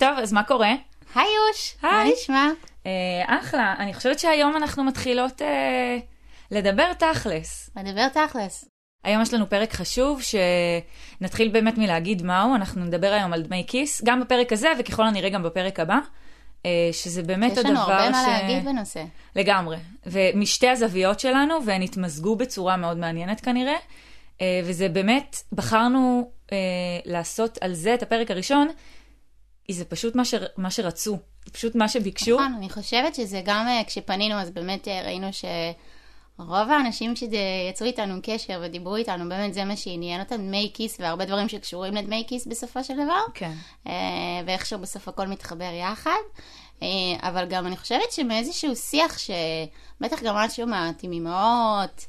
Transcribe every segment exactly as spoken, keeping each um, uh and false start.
טוב, אז מה קורה? היי יוש, מה נשמע? אה, אחלה, אני חושבת שהיום אנחנו מתחילות אה, לדבר תכלס. לדבר תכלס. היום יש לנו פרק חשוב שנתחיל באמת מלהגיד מהו, אנחנו נדבר היום על דמי כיס, גם בפרק הזה וככל הנראה גם בפרק הבא, אה, שזה באמת הדבר ש... יש לנו הרבה מה להגיד בנושא. לגמרי, ומשתי הזוויות שלנו, והן התמזגו בצורה מאוד מעניינת כנראה, אה, וזה באמת, בחרנו אה, לעשות על זה את הפרק הראשון, זה פשוט מה, ש... מה שרצו, פשוט מה שביקשו. נכון, אני חושבת שזה גם כשפנינו, אז באמת ראינו שרוב האנשים שיצרו איתנו קשר ודיברו איתנו, באמת זה מה שעניין אותם, דמי כיס, והרבה דברים שקשורים לדמי כיס בסופו של דבר. כן. ואיכשהו בסוף הכל מתחבר יחד. אבל גם אני חושבת שמאיזשהו שיח שבטח גם את שומעת עם אמהות,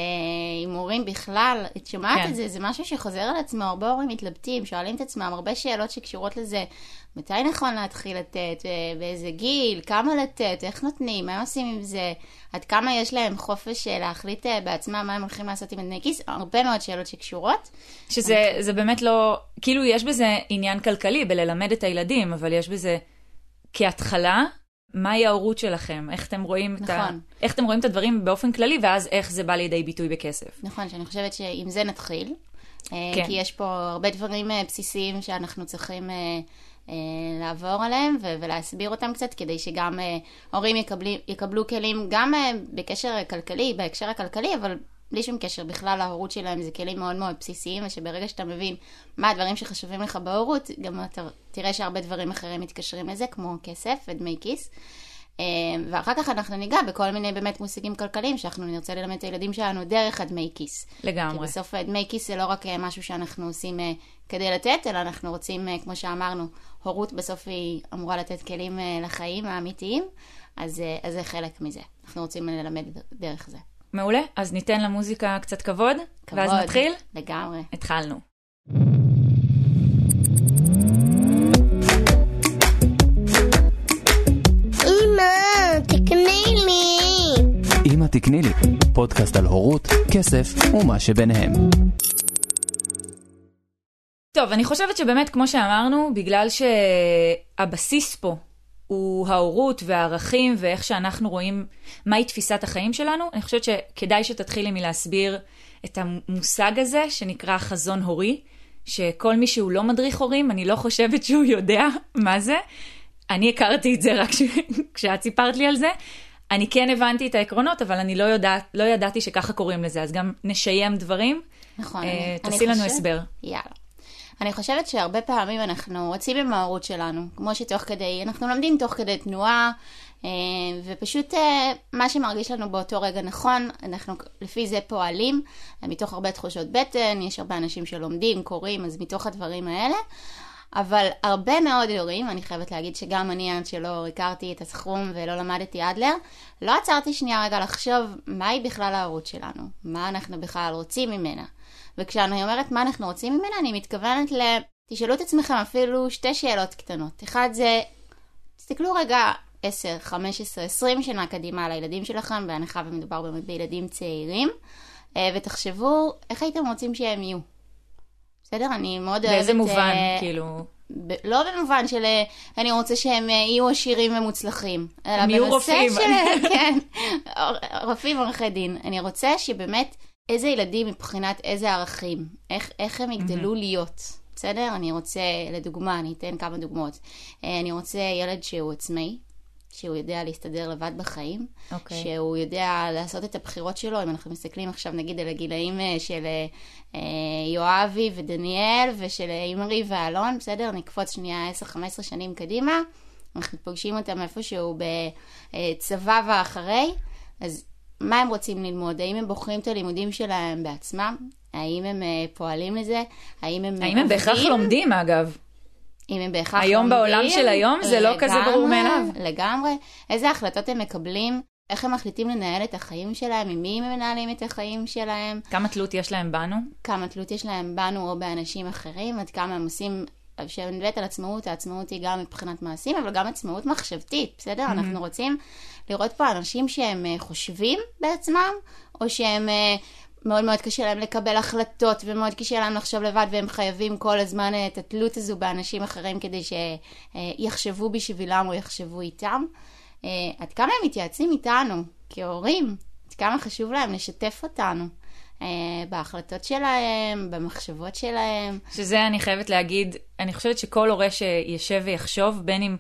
עם הורים בכלל, את שומעת כן. את זה, זה משהו שחוזר על עצמו, הרבה הורים מתלבטים, שואלים את עצמם, הרבה שאלות שקשורות לזה, מתי נכון להתחיל לתת, באיזה גיל, כמה לתת, איך נותנים, מה עושים עם זה, עד כמה יש להם חופש להחליט בעצמם מה הם הולכים לעשות עם דמי כיס, הרבה מאוד שאלות שקשורות. שזה זה באמת לא, כאילו יש בזה עניין כלכלי בללמד את הילדים, אבל יש בזה כהתחלה, מהי ההורות שלכם? איך אתם רואים נכון. את ה... איך אתם רואים את הדברים באופן כללי, ואז איך זה בא לידי ביטוי בכסף? נכון, שאני חושבת שעם זה נתחיל, כן. כי יש פה הרבה דברים בסיסיים שאנחנו צריכים לעבור עליהם, ולהסביר אותם קצת, כדי שגם הורים יקבלו, יקבלו כלים, גם בקשר כלכלי, בהקשר הכלכלי, אבל בלי שום קשר בכלל להורות שלהם, זה כלים מאוד מאוד בסיסיים, ושברגע שאתה מבין מה הדברים שחשובים לך בהורות, גם אתה תראה שהרבה דברים אחרים מתקשרים לזה, כמו כסף ודמי כיס. ואחר כך אנחנו ניגע בכל מיני באמת מושגים כלכליים, שאנחנו נרצה ללמד את הילדים שלנו דרך הדמי כיס. לגמרי. כי בסוף דמי כיס זה לא רק משהו שאנחנו עושים כדי לתת, אלא אנחנו רוצים, כמו שאמרנו, הורות בסוף היא אמורה לתת כלים לחיים האמיתיים, אז, אז זה חלק מזה. אנחנו רוצים ללמד דרך זה. מעולה, אז ניתן למוזיקה קצת כבוד, כבוד ואז נתחיל? לגמרי. התחלנו. אמא, תקני לי. אמא תקני לי, פודקאסט על הורות, כסף ומה שביניהם. טוב, אני חושבת שבאמת כמו שאמרנו, בגלל שהבסיס פה הוא ההורות והערכים ואיך שאנחנו רואים מהי תפיסת החיים שלנו, אני חושבת שכדאי שתתחילי מלהסביר את המושג הזה שנקרא חזון הורי, שכל מי שהוא לא מדריך הורים, אני לא חושבת שהוא יודע מה זה. אני הכרתי את זה רק כשאת סיפרת לי על זה. אני כן הבנתי את העקרונות, אבל אני לא, יודע, לא ידעתי שככה קוראים לזה, אז גם נשיים דברים. נכון. אה, תעשי לנו חושב... הסבר. יאללה. אני חושבת שהרבה פעמים אנחנו רוצים עם ההורות שלנו, כמו שתוך כדי, אנחנו לומדים תוך כדי תנועה, ופשוט מה שמרגיש לנו באותו רגע נכון, אנחנו לפי זה פועלים, מתוך הרבה תחושות בטן, יש הרבה אנשים שלומדים, קוראים, אז מתוך הדברים האלה, אבל הרבה מאוד הורים, אני חייבת להגיד שגם אני עד שלא הכרתי את הסכום ולא למדתי אדלר, לא עצרתי שנייה רגע לחשוב מהי בכלל ההורות שלנו, מה אנחנו בכלל רוצים ממנה. וכשאני אומרת מה אנחנו רוצים ממנה, אני מתכוונת ל... תשאלו את עצמכם אפילו שתי שאלות קטנות. אחד זה, תסתכלו רגע עשר, חמש עשרה, עשרים שנה קדימה על הילדים שלכם, בהנחה ומדובר באמת בילדים צעירים, ותחשבו איך הייתם רוצים שהם יהיו. בסדר? אני מאוד אוהבת... באיזה מובן, כאילו... ב... לא במובן של אני רוצה שהם יהיו עשירים ומוצלחים. הם יהיו רופאים. של... כן, רופאים עורכי דין. אני רוצה שבאמת... איזה ילדים מבחינת איזה ערכים, איך, איך הם יגדלו mm-hmm. להיות, בסדר? אני רוצה, לדוגמה, אני אתן כמה דוגמאות, אני רוצה ילד שהוא עצמאי, שהוא יודע להסתדר לבד בחיים, okay. שהוא יודע לעשות את הבחירות שלו, אם אנחנו מסתכלים עכשיו נגיד על הגילאים של אה, יואבי ודניאל, ושל אימרי ואלון, בסדר? נקפוץ שנייה עשר חמש עשרה שנים קדימה, אנחנו פוגשים אותם איפשהו בצבא ואחרי, אז מה הם רוצים ללמוד? האם הם בוחרים את הלימודים שלהם בעצמם? האם הם פועלים לזה? האם הם האם הם בהכרח לומדים, אגב? אם הם בהכרח היום לומדים? בעולם של היום זה לא כזה ברור מאליו. לגמרי. איזה החלטות הם מקבלים? איך הם מחליטים לנהל את החיים שלהם? עם מי הם מנהלים את החיים שלהם? כמה תלות יש להם בנו? כמה תלות יש להם בנו או באנשים אחרים? עד כמה הם עושים... כשנדלת על עצמאות, העצמאות היא גם מבחינת מעשים, אבל גם עצמאות מחשבתית, בסדר? Mm-hmm. אנחנו רוצים לראות פה אנשים שהם חושבים בעצמם, או שהם מאוד מאוד קשה להם לקבל החלטות, ומאוד קשה להם לחשוב לבד, והם חייבים כל הזמן את התלות הזו באנשים אחרים, כדי שיחשבו בשבילם או יחשבו איתם. עד כמה הם מתייעצים איתנו כהורים? עד כמה חשוב להם לשתף אותנו בהחלטות שלהם, במחשבות שלהם? שזה אני חייבת להגיד, אני חושבת שכל הורה שישב ויחשוב, בין אם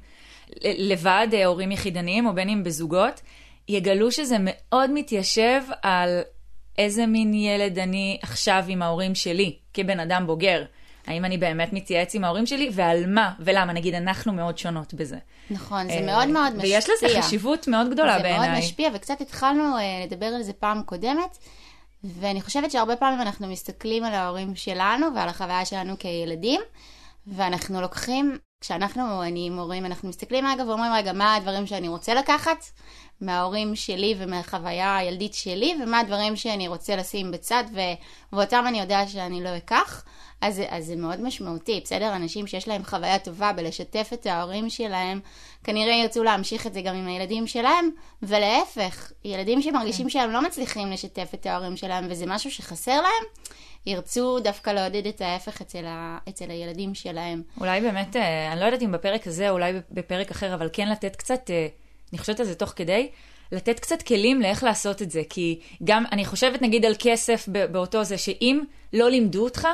לבד הורים יחידניים או בין אם בזוגות, יגלו שזה מאוד מתיישב על איזה מין ילד אני עכשיו עם ההורים שלי, כבן אדם בוגר. האם אני באמת מתייעץ עם ההורים שלי, ועל מה ולמה. נגיד, אנחנו מאוד שונות בזה. נכון, זה מאוד מאוד משפיע. ויש לזה חשיבות מאוד גדולה בעיניי. זה מאוד משפיע, וקצת התחלנו לדבר על זה פעם קודמת, ואני חושבת שהרבה פעמים אנחנו מסתכלים על ההורים שלנו, ועל החוויה שלנו כילדים, ואנחנו לוקחים, כשאנחנו, אני עם הורים, אנחנו מסתכלים אגב, ואומרים, רגע, מה הדברים שאני רוצה לקחת מההורים שלי ומהחוויה הילדית שלי, ומה הדברים שאני רוצה לשים בצד, ו... ואותם אני יודע שאני לא אקח. אז, אז זה מאוד משמעותי, בסדר? אנשים שיש להם חוויה טובה בלשתף את ההורים שלהם, כנראה ירצו להמשיך את זה גם עם הילדים שלהם, ולהפך, ילדים שמרגישים שהם לא מצליחים לשתף את ההורים שלהם, וזה משהו שחסר להם, ירצו דווקא לעודד את ההפך אצל, ה... אצל הילדים שלהם. אולי באמת, אני לא יודעת אם בפרק הזה, אולי בפרק אחר, אבל כן לתת קצת, אני חושבת על זה תוך כדי, לתת קצת כלים לאיך לעשות את זה, כי גם, אני חושבת נגיד על כסף באותו זה, שאם לא לימדו אותך,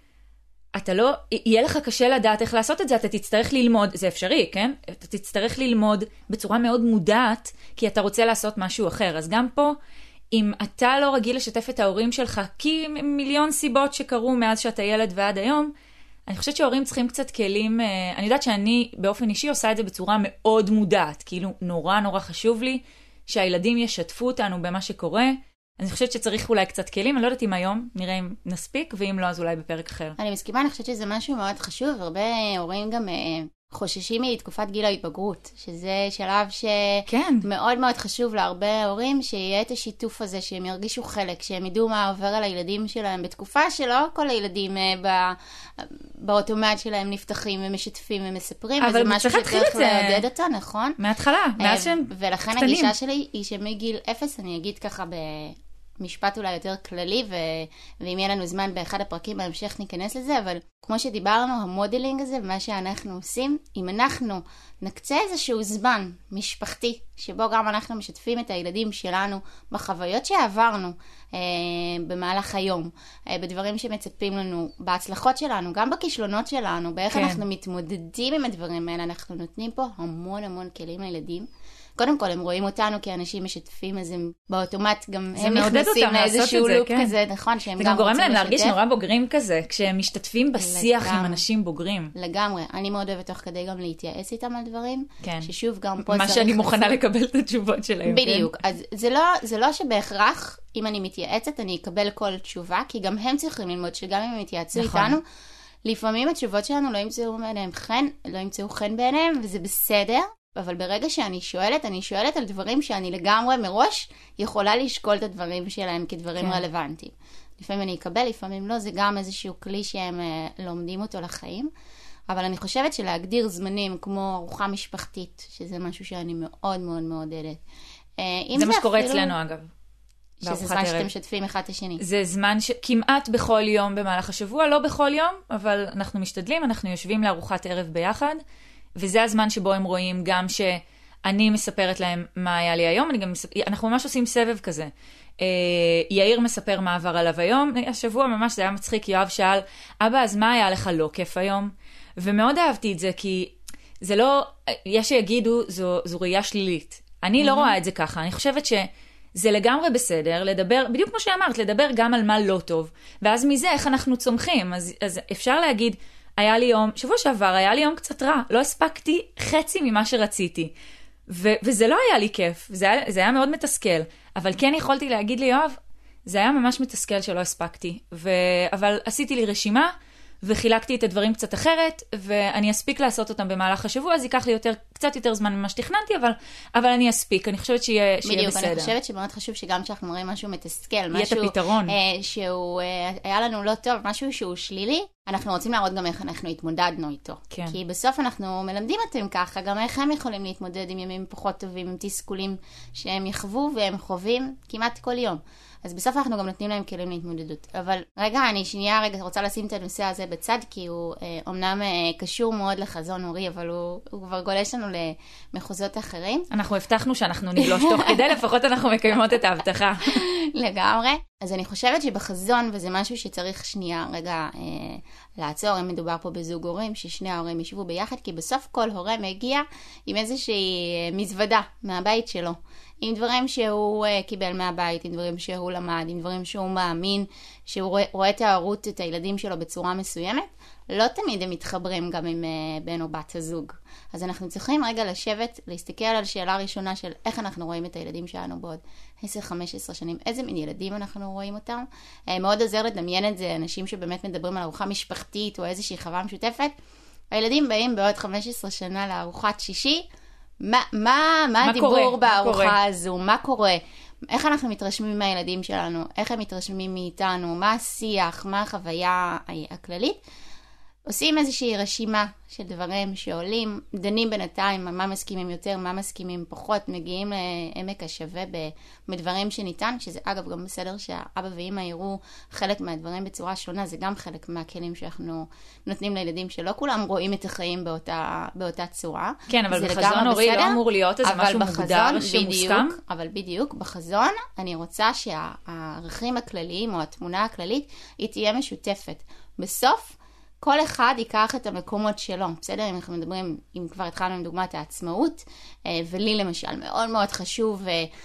אתה לא, יהיה לך קשה לדעת איך לעשות את זה, אתה תצטרך ללמוד, זה אפשרי, כן? אתה תצטרך ללמוד בצורה מאוד מודעת, כי אתה רוצה לעשות משהו אחר. אז גם פה, אם אתה לא רגיל לשתף את ההורים שלך, כי מיליון סיבות שקרו מאז שאתה ילד ועד היום, אני חושבת שההורים צריכים קצת כלים, אני יודעת שאני באופן אישי עושה את זה בצורה מאוד מודעת, כאילו נורא נורא חשוב לי שהילדים ישתפו אותנו במה שקורה. אני חושבת שצריך אולי קצת כלים, אני לא יודעת אם היום, נראה אם נספיק, ואם לא, אז אולי בפרק אחר. אני מסכימה, אני חושבת שזה משהו מאוד חשוב, הרבה הורים גם חוששים מתקופת גיל ההתבגרות, שזה שלב שמאוד מאוד חשוב להרבה הורים, שיהיה את השיתוף הזה, שהם ירגישו חלק, שהם ידעו מה עובר על הילדים שלהם, בתקופה שלא כל הילדים באוטומט שלהם נפתחים ומשתפים ומספרים, וזה משהו שצריך לעודד אותו, נכון? מההתחלה, מאז שהם קטנים. ולכן הגישה שלי היא שמגיל אפס, אני אגיד ככה ב... משפט אולי יותר כללי, ו... ואם יהיה לנו זמן באחד הפרקים בהמשך ניכנס לזה, אבל כמו שדיברנו, המודלינג הזה, מה שאנחנו עושים, אם אנחנו נקצה איזשהו זמן משפחתי, שבו גם אנחנו משתפים את הילדים שלנו בחוויות שעברנו אה, במהלך היום, אה, בדברים שמצפים לנו, בהצלחות שלנו, גם בכישלונות שלנו, באיך כן. אנחנו מתמודדים עם הדברים האלה, אנחנו נותנים פה המון המון כלים לילדים, קודם כל, הם רואים אותנו כאנשים משתפים, אז הם באוטומט גם הם נכנסים לאיזשהו לופ כן. כזה, נכון? שהם זה גם גם גורם להם להרגיש נורא בוגרים כזה, כשהם משתתפים בשיח לגמרי. עם אנשים בוגרים. לגמרי. אני מאוד אוהבת תוך כדי גם להתייעץ איתם על דברים, כן. ששוב גם פה מה שאני מוכנה לסוף... לקבל את התשובות שלהם. בדיוק. כן? אז זה לא, זה לא שבהכרח, אם אני מתייעצת, אני אקבל כל תשובה, כי גם הם צריכים ללמוד שגם אם הם יתייעצו נכון. איתנו, לפעמים התשובות שלנו לא ימצאו ביניהם חן, לא ימצאו חן ביניהם, וזה בסדר. אבל ברגע שאני שואלת, אני שואלת על דברים שאני לגמרי מראש יכולה לשקול את הדברים שלהם כדברים כן. רלוונטיים. לפעמים אני אקבל, לפעמים לא, זה גם איזשהו כלי שהם uh, לומדים אותו לחיים. אבל אני חושבת שלהגדיר זמנים כמו ארוחה משפחתית, שזה משהו שאני מאוד מאוד מעודדת. Uh, זה מה שקורה אפילו... אצלנו אגב. שזה זמן שאתם משתפים אחד את השני. זה זמן שכמעט בכל יום במהלך השבוע, לא בכל יום, אבל אנחנו משתדלים, אנחנו יושבים לארוחת ערב ביחד, וזה הזמן שבו הם רואים גם שאני מספרת להם מה היה לי היום, אני גם מספ... אנחנו ממש עושים סבב כזה. יאיר מספר מה עבר עליו היום, השבוע ממש זה היה מצחיק, יואב שאל, אבא, אז מה היה לך לא כיף היום? ומאוד אהבתי את זה, כי זה לא, יש שיגידו, זו, זו ראייה שלילית. אני לא רואה את זה ככה, אני חושבת שזה לגמרי בסדר, לדבר, בדיוק כמו שאמרת, לדבר גם על מה לא טוב, ואז מזה איך אנחנו צומחים, אז, אז אפשר להגיד, היה לי יום, שבוע שעבר היה לי יום קצת רע, לא הספקתי חצי ממה שרציתי, ו- וזה לא היה לי כיף, זה היה, זה היה מאוד מתסכל, אבל כן יכולתי להגיד לי, יואב, זה היה ממש מתסכל שלא הספקתי, ו- אבל עשיתי לי רשימה, וחילקתי את הדברים קצת אחרת, ואני אספיק לעשות אותם במהלך השבוע, אז ייקח לי יותר, קצת יותר זמן ממה שתכננתי, אבל, אבל אני אספיק, אני חושבת שיהיה, שיהיה בדיוק, בסדר. אני חושבת שמאוד חשוב שגם כשאנחנו מראים משהו מתסכל, יהיה משהו את הפתרון. אה, שהוא אה, היה לנו לא טוב, משהו שהוא שלילי, אנחנו רוצים להראות גם איך אנחנו התמודדנו איתו. כן. כי בסוף אנחנו מלמדים אתם ככה, גם איך הם יכולים להתמודד עם ימים פחות טובים, עם תסכולים שהם יחוו והם חווים כמעט כל יום. אז בסוף אנחנו גם נותנים להם כלים להתמודדות. אבל רגע, אני שנייה רגע רוצה לשים את הנושא הזה בצד, כי הוא אה, אומנם אה, קשור מאוד לחזון אורי, אבל הוא, הוא כבר גולש לנו למחוזות אחרים. אנחנו הבטחנו שאנחנו נגלוש תוך כדי, לפחות אנחנו מקיימות את ההבטחה. לגמרי. אז אני חושבת שבחזון, וזה משהו שצריך שנייה רגע אה, לעצור, אם מדובר פה בזוג הורים, ששני ההורים ישבו ביחד, כי בסוף כל הורה מגיע עם איזושהי מזוודה מהבית שלו. עם דברים שהוא uh, קיבל מהבית, עם דברים שהוא למד, עם דברים שהוא מאמין, שהוא רואה, רואה את ההורות, את הילדים שלו בצורה מסוימת, לא תמיד הם מתחברים גם עם uh, בן או בת הזוג. אז אנחנו צריכים רגע לשבת, להסתכל על שאלה ראשונה של איך אנחנו רואים את הילדים שלנו בעוד עשר חמש עשרה שנים, איזה מין ילדים אנחנו רואים אותם. Uh, מאוד עוזר לדמיין את זה, אנשים שבאמת מדברים על ארוחה משפחתית או איזושהי חווה משותפת. הילדים באים בעוד חמש עשרה שנה לארוחת שישי, מה, מה, מה הדיבור בארוחה הזו? מה קורה? איך אנחנו מתרשמים מהילדים שלנו? איך הם מתרשמים מאיתנו? מה השיח? מה החוויה הכללית? עושים איזושהי רשימה של דברים שעולים, דנים בינתיים מה מסכימים יותר, מה מסכימים פחות, מגיעים לעמק השווה בדברים שניתן, שזה אגב גם בסדר שהאבא ואמא יראו חלק מהדברים בצורה שונה, זה גם חלק מהכלים שאנחנו נותנים לילדים, שלא כולם רואים את החיים באותה, באותה צורה. כן, אבל בחזון הורי לא אמור להיות איזה משהו מוגדר שמוסכם. אבל בדיוק, בחזון אני רוצה שהערכים הכלליים או התמונה הכללית היא תהיה משותפת. בסוף, כל אחד ייקח את המקומות שלו, בסדר? אם אנחנו מדברים, אם כבר התחלנו עם דוגמת העצמאות, ולי למשל מאוד מאוד חשוב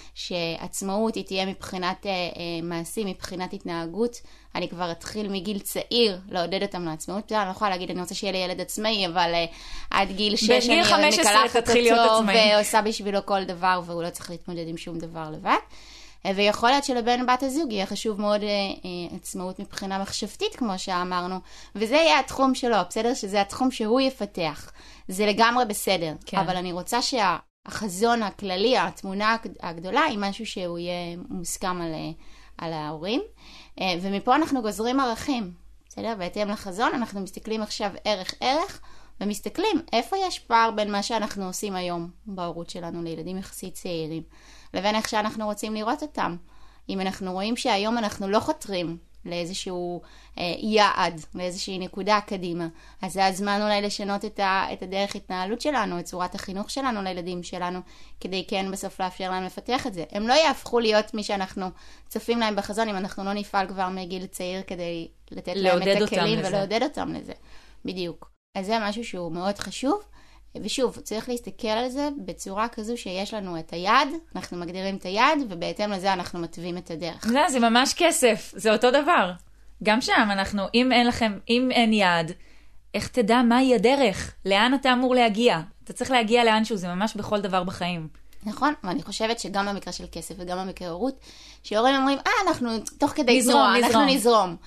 שעצמאות היא תהיה מבחינת מעשים, מבחינת התנהגות, אני כבר אתחיל מגיל צעיר לעודד אותם לעצמאות, אני לא יכולה להגיד, אני רוצה שיהיה לי ילד עצמאי, אבל עד גיל שש אני מקלחת אותו ועושה בשבילו כל דבר, והוא לא צריך להתמודד עם שום דבר לבד. ויכול להיות שלבן בת הזוג יהיה חשוב מאוד אה, אה, עצמאות מבחינה מחשבתית, כמו שאמרנו, וזה יהיה התחום שלו, בסדר? שזה התחום שהוא יפתח. זה לגמרי בסדר. כן. אבל אני רוצה שהחזון הכללי, התמונה הגדולה, היא משהו שהוא יהיה מוסכם על, על ההורים. אה, ומפה אנחנו גוזרים ערכים, בסדר? בהתאם לחזון, אנחנו מסתכלים עכשיו ערך-ערך, ומסתכלים איפה יש פער בין מה שאנחנו עושים היום בהורות שלנו לילדים יחסית צעירים, לבין איך שאנחנו רוצים לראות אותם. אם אנחנו רואים שהיום אנחנו לא חותרים לאיזשהו אה, יעד, לאיזושהי נקודה קדימה, אז זה הזמן אולי לשנות את, ה, את הדרך התנהלות שלנו, את צורת החינוך שלנו לילדים שלנו, כדי כן בסוף לאפשר להם לפתח את זה. הם לא יהפכו להיות מי שאנחנו צופים להם בחזון, אם אנחנו לא נפעל כבר מגיל צעיר כדי לתת להם את הכלים ולעודד אותם לזה. בדיוק. אז זה משהו שהוא מאוד חשוב. ושוב, צריך להסתכל על זה בצורה כזו שיש לנו את היד, אנחנו מגדירים את היד, ובהתאם לזה אנחנו מטווים את הדרך. זה, זה ממש כסף, זה אותו דבר. גם שם אנחנו, אם אין לכם, אם אין יד, איך תדע מהי הדרך? לאן אתה אמור להגיע? אתה צריך להגיע לאן שהוא, זה ממש בכל דבר בחיים. נכון, ואני חושבת שגם במקרה של כסף וגם במקרה הורות, שהורים אומרים, אה, אנחנו תוך כדי תנועה, אנחנו נזרום.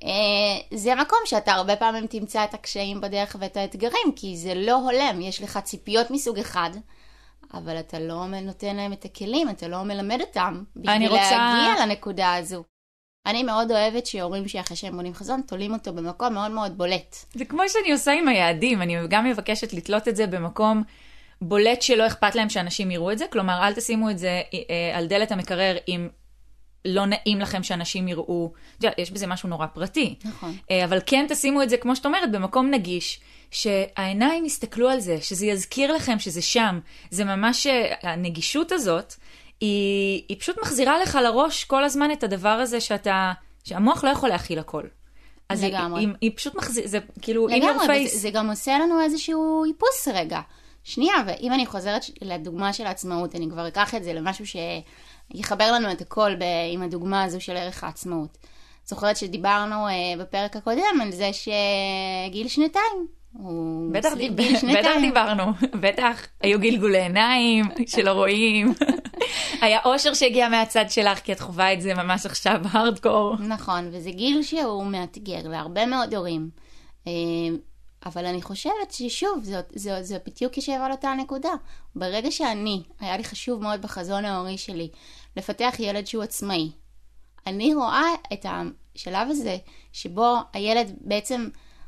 זה מקום שאתה הרבה פעמים תמצא את הקשיים בדרך ואת האתגרים, כי זה לא הולם, יש לך ציפיות מסוג אחד, אבל אתה לא נותן להם את הכלים, אתה לא מלמד אותם בשביל רוצה... להגיע לנקודה הזו. אני מאוד אוהבת שהורים שאחרי שהם בונים חזון, תולים אותו במקום מאוד מאוד בולט. זה כמו שאני עושה עם היעדים, אני גם מבקשת לתלות את זה במקום בולט שלא אכפת להם שאנשים יראו את זה, כלומר אל תשימו את זה על דלת המקרר עם... לא נעים לכם שאנשים יראו, יש בזה משהו נורא פרטי. נכון. אבל כן תשימו את זה, כמו שאת אומרת, במקום נגיש, שהעיניים יסתכלו על זה, שזה יזכיר לכם שזה שם. זה ממש, הנגישות הזאת, היא, היא פשוט מחזירה לך לראש כל הזמן את הדבר הזה שאתה, שהמוח לא יכול להכיל הכל. אז היא, היא, היא פשוט מחזיר, זה כאילו, in your face. זה, זה גם עושה לנו איזשהו איפוס רגע. שנייה, ואם אני חוזרת לדוגמה של העצמאות, אני כבר אקח את זה למשהו ש... יחבר לנו את הכל ב- עם הדוגמה הזו של ערך העצמאות. זוכרת שדיברנו אה, בפרק הקודם על זה שגיל שנתיים. בטח, גיל שנתיים. בטח דיברנו, בטח היו גלגולי עיניים שלא רואים. היה אושר שהגיע מהצד שלך, כי את חווה את זה ממש עכשיו הארדקור. נכון, וזה גיל שהוא מאתגר להרבה מאוד הורים. אה, אבל אני חושבת ששוב, זה, זה, זה בדיוק ישב על אותה הנקודה. ברגע שאני, היה לי חשוב מאוד בחזון ההורי שלי, לפתח ילד שהוא עצמאי. אני רואה את השלב הזה, שבו הילד בעצם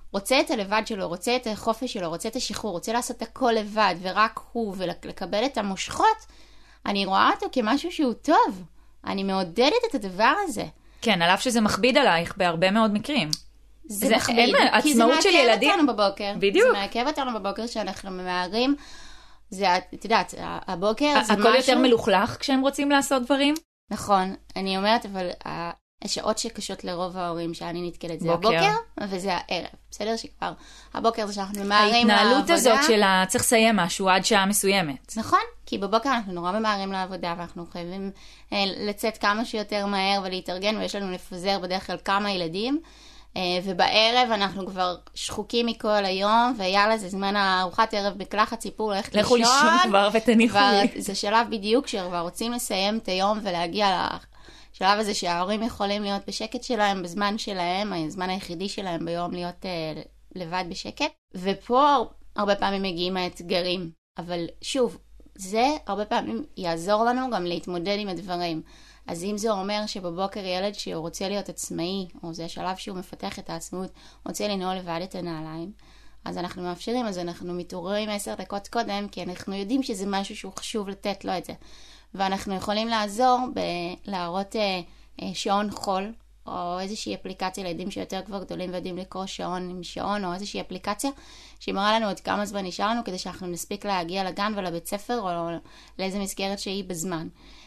רוצה את הלבד שלו, רוצה את החופש שלו, רוצה את השחרור, רוצה לעשות הכל לבד, ורק הוא, ולקבל את המושכות, אני רואה אותו כמשהו שהוא טוב. אני מעודדת את הדבר הזה. כן, עליו שזה מכביד עלייך בהרבה מאוד מקרים. זה, זה מכביד, אין, כי זה עצמאות של ילדים. מעכב אותנו בבוקר. בדיוק. זה מעכב אותנו בבוקר שאנחנו ממהרים. זה, את יודעת, הבוקר זה משהו... הכל יותר מלוכלך כשהם רוצים לעשות דברים? נכון, אני אומרת, אבל השעות שקשות לרוב ההורים שאני נתקלת, זה בוקר. הבוקר וזה הערב. בסדר שכבר, הבוקר זה שאנחנו ממהרים לעבודה. ההתנהלות הזאת של צריך לסיים משהו עד שעה מסוימת. נכון, כי בבוקר אנחנו נורא ממהרים לעבודה, ואנחנו חייבים אה, לצאת כמה שיותר מהר ולהתארגן, ויש לנו לפזר בדרך כלל כמה ילדים, אה, ובערב אנחנו כבר שחוקים מכל היום, ויאללה, זה זמן הארוחת ערב מקלחת, סיפור, ללכת לישון. לכו לישון כבר ותניחו לי. זה שלב בדיוק שכבר רוצים לסיים את היום ולהגיע לשלב הזה שההורים יכולים להיות בשקט שלהם, בזמן שלהם, הזמן היחידי שלהם ביום להיות אה, לבד בשקט. ופה הרבה פעמים מגיעים האתגרים. אבל שוב, זה הרבה פעמים יעזור לנו גם להתמודד עם הדברים. אז אם זה אומר שבבוקר ילד שהוא רוצה להיות עצמאי, או זה השלב שהוא מפתח את העצמאות, רוצה לנעול לבד את הנעליים, אז אנחנו מאפשרים, אז אנחנו מתעוררים עשר דקות קודם, כי אנחנו יודעים שזה משהו שהוא חשוב לתת לו את זה. ואנחנו יכולים לעזור בלהראות אה, אה, שעון חול, או איזושהי אפליקציה לילדים שיותר כבר גדולים ויודעים לקרוא שעון עם שעון, או איזושהי אפליקציה שמראה לנו עוד כמה זמן נשאר לנו, כדי שאנחנו נספיק להגיע לגן ולבית ספר, או לאיזה מסגרת שהיא בזמן.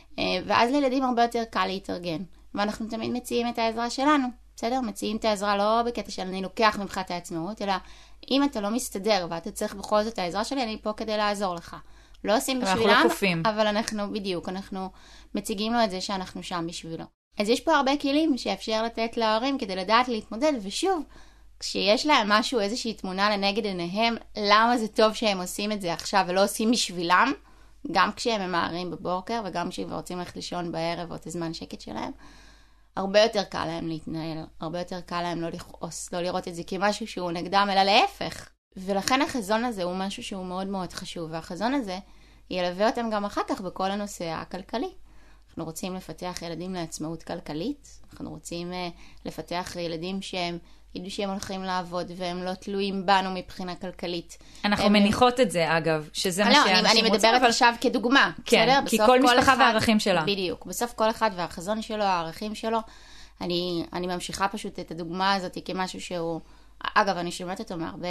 ואז לילדים הרבה יותר קל להתארגן. ואנחנו תמיד מציעים את העזרה שלנו, בסדר? מציעים את העזרה לא בקטע של אני לוקח ממך את העצמאות, אלא אם אתה לא מסתדר ואתה צריך בכל זאת את העזרה שלי, אני פה כדי לעזור לך. לא עושים בשבילם, לא קופים. אבל אנחנו בדיוק, אנחנו מציגים לו את זה שאנחנו שם בשבילו. אז יש פה הרבה כלים שאפשר לתת להורים כדי לדעת להתמודד, ושוב, כשיש להם משהו, איזושהי תמונה לנגד עיניהם, למה זה טוב שהם עושים את זה עכשיו ולא עושים בשבילם, גם כשהם ממהרים בבוקר וגם כשהם רוצים ללכת לישון בערב או את הזמן שקט שלהם, הרבה יותר קל להם להתנהל, הרבה יותר קל להם לא לכעוס, לא לראות את זה כמשהו שהוא נגדם, אלא להפך. ולכן החזון הזה הוא משהו שהוא מאוד מאוד חשוב, והחזון הזה ילווה אותם גם אחר כך בכל הנושא הכלכלי. אנחנו רוצים לפתח ילדים לעצמאות כלכלית, אנחנו רוצים uh, לפתח ילדים שהם ידעו שהם הולכים לעבוד והם לא תלויים בנו מבחינה כלכלית. אנחנו הם... מניחות את זה אגב, שזה מה לא, שאנשים אני, אני רוצים. מדברת אבל... עכשיו כדוגמה, כן, בסדר? כי כל משפחה אחד, והערכים שלה. בדיוק, בסוף כל אחד והחזון שלו, הערכים שלו, אני, אני ממשיכה פשוט את הדוגמה הזאת כמשהו שהוא, אגב, אני שומעת אותו מהרבה,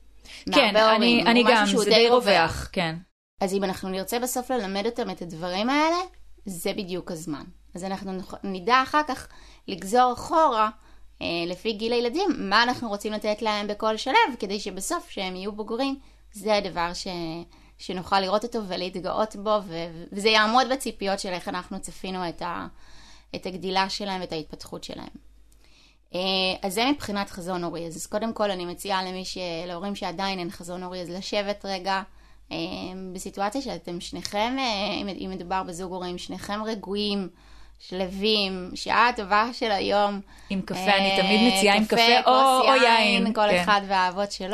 כן, מהרבה אני, הורים, אני גם, שהוא זה די רווח, כן. אז אם אנחנו נרצה בסוף ללמד אותם את הדברים האלה, זה בדיוק הזמן. אז אנחנו נדע אחר כך לגזור אחורה, אה, לפי גיל הילדים, מה אנחנו רוצים לתת להם בכל שלב, כדי שבסוף שהם יהיו בוגרים, זה הדבר ש... שנוכל לראות אותו ולהתגאות בו, ו... וזה יעמוד בציפיות של איך אנחנו צפינו את, ה... את הגדילה שלהם ואת ההתפתחות שלהם. אה, אז זה מבחינת חזון הורי. אז קודם כל אני מציעה למי ש... להורים שעדיין אין חזון הורי, אז לשבת רגע, בסיטואציה שאתם שניכם, אם מדובר בזוג הורים, שניכם רגועים, שלבים, שעה טובה של היום. עם קפה, אני תמיד מציעה עם קפה או יין. כל אחד והאהבות שלו.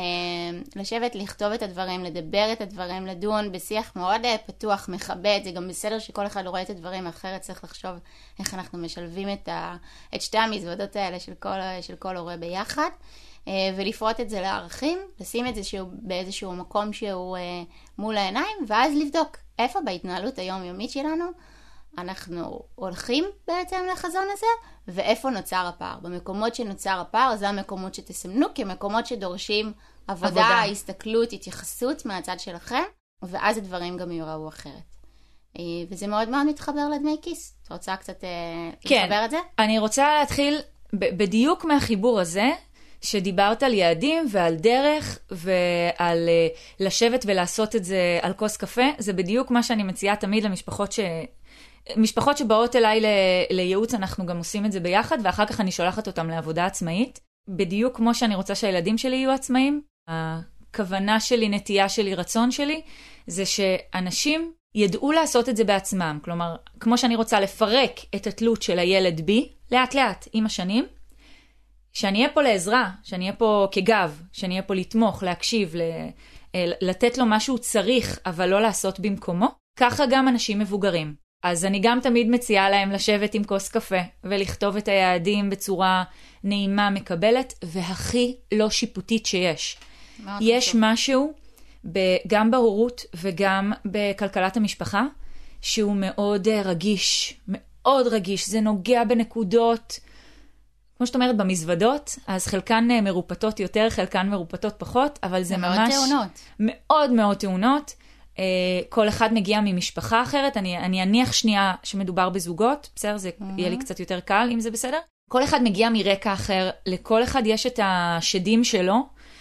לשבת, לכתוב את הדברים, לדבר את הדברים, לדון בשיח מאוד פתוח, מכבד. זה גם בסדר שכל אחד רואה את הדברים, אחרת צריך לחשוב איך אנחנו משלבים את שתי המזוודות האלה של כל הורה ביחד. ולפרוט את זה לערכים, לשים את זה שהוא באיזשהו מקום שהוא אה, מול העיניים, ואז לבדוק איפה בהתנהלות היומיומית שלנו אנחנו הולכים בעצם לחזון הזה, ואיפה נוצר הפער. במקומות שנוצר הפער, זה המקומות שתסמנו כמקומות שדורשים עבודה, עבודה. הסתכלות, התייחסות מהצד שלכם, ואז הדברים גם יוראו אחרת. אה, וזה מאוד מאוד מתחבר לדמי כיס. את רוצה קצת אה, כן, להתחבר את זה? אני רוצה להתחיל בדיוק מהחיבור הזה, שדיברת על יעדים ועל דרך ועל uh, לשבת ולעשות את זה על כוס קפה, זה בדיוק מה שאני מציעה תמיד למשפחות ש... משפחות שבאות אליי ל... לייעוץ, אנחנו גם עושים את זה ביחד, ואחר כך אני שולחת אותם לעבודה עצמאית. בדיוק כמו שאני רוצה שהילדים שלי יהיו עצמאים, הכוונה שלי, נטייה שלי, רצון שלי, זה שאנשים ידעו לעשות את זה בעצמם. כלומר, כמו שאני רוצה לפרק את התלות של הילד בי, לאט לאט, עם השנים, שאני אהיה פה לעזרה, שאני אהיה פה כגב, שאני אהיה פה לתמוך, להקשיב, לתת לו מה שהוא צריך, אבל לא לעשות במקומו. ככה גם אנשים מבוגרים. אז אני גם תמיד מציעה להם לשבת עם כוס קפה, ולכתוב את היעדים בצורה נעימה, מקבלת, והכי לא שיפוטית שיש. יש חשוב. משהו, גם בהורות וגם בכלכלת המשפחה, שהוא מאוד רגיש, מאוד רגיש, זה נוגע בנקודות, כמו שאת אומרת, במזוודות, אז חלקן מרופטות יותר, חלקן מרופטות פחות, אבל זה ממש... מאוד תאונות. מאוד מאוד תאונות. כל אחד מגיע ממשפחה אחרת, אני, אני אניח שנייה שמדובר בזוגות, בסדר? זה mm-hmm. יהיה לי קצת יותר קל, אם זה בסדר. כל אחד מגיע מרקע אחר, לכל אחד יש את השדים שלו,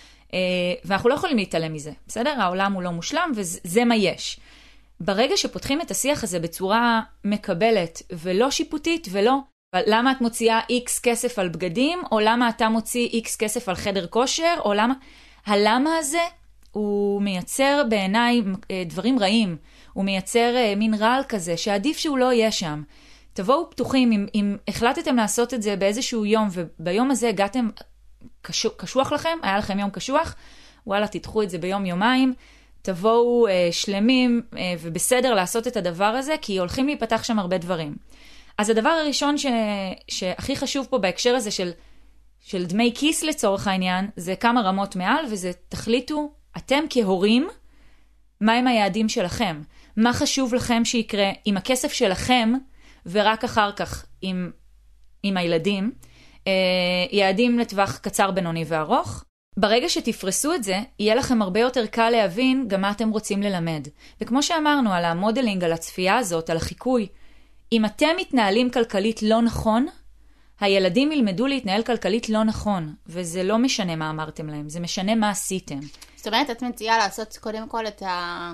ואנחנו לא יכולים להתעלם מזה, בסדר? העולם הוא לא מושלם, וזה מה יש. ברגע שפותחים את השיח הזה בצורה מקבלת, ולא שיפוטית, ולא, למה את מוציאה X כסף על בגדים, או למה אתה מוציא X כסף על חדר כושר, או למה... הלמה הזה הוא מייצר בעיניי דברים רעים, הוא מייצר מין רעל כזה, שעדיף שהוא לא יהיה שם. תבואו פתוחים, אם, אם החלטתם לעשות את זה באיזשהו יום, וביום הזה הגעתם קשוח, קשוח לכם, היה לכם יום קשוח, וואלה, תדחו את זה ביום יומיים, תבואו אה, שלמים אה, ובסדר לעשות את הדבר הזה, כי הולכים להיפתח שם הרבה דברים. אז הדבר הראשון ש, שהכי חשוב פה בהקשר הזה של, של דמי כיס לצורך העניין, זה כמה רמות מעל, וזה תחליטו, אתם כהורים, מהם היעדים שלכם? מה חשוב לכם שיקרה עם הכסף שלכם, ורק אחר כך עם, עם הילדים? אה, יעדים לטווח קצר, בינוני וארוך. ברגע שתפרסו את זה, יהיה לכם הרבה יותר קל להבין גם מה אתם רוצים ללמד. וכמו שאמרנו על המודלינג, על הצפייה הזאת, על החיקוי, אם אתם מתנהלים כלכלית לא נכון, הילדים ילמדו להתנהל כלכלית לא נכון, וזה לא משנה מה אמרתם להם, זה משנה מה עשיתם. זאת אומרת, את מציעה לעשות קודם כל את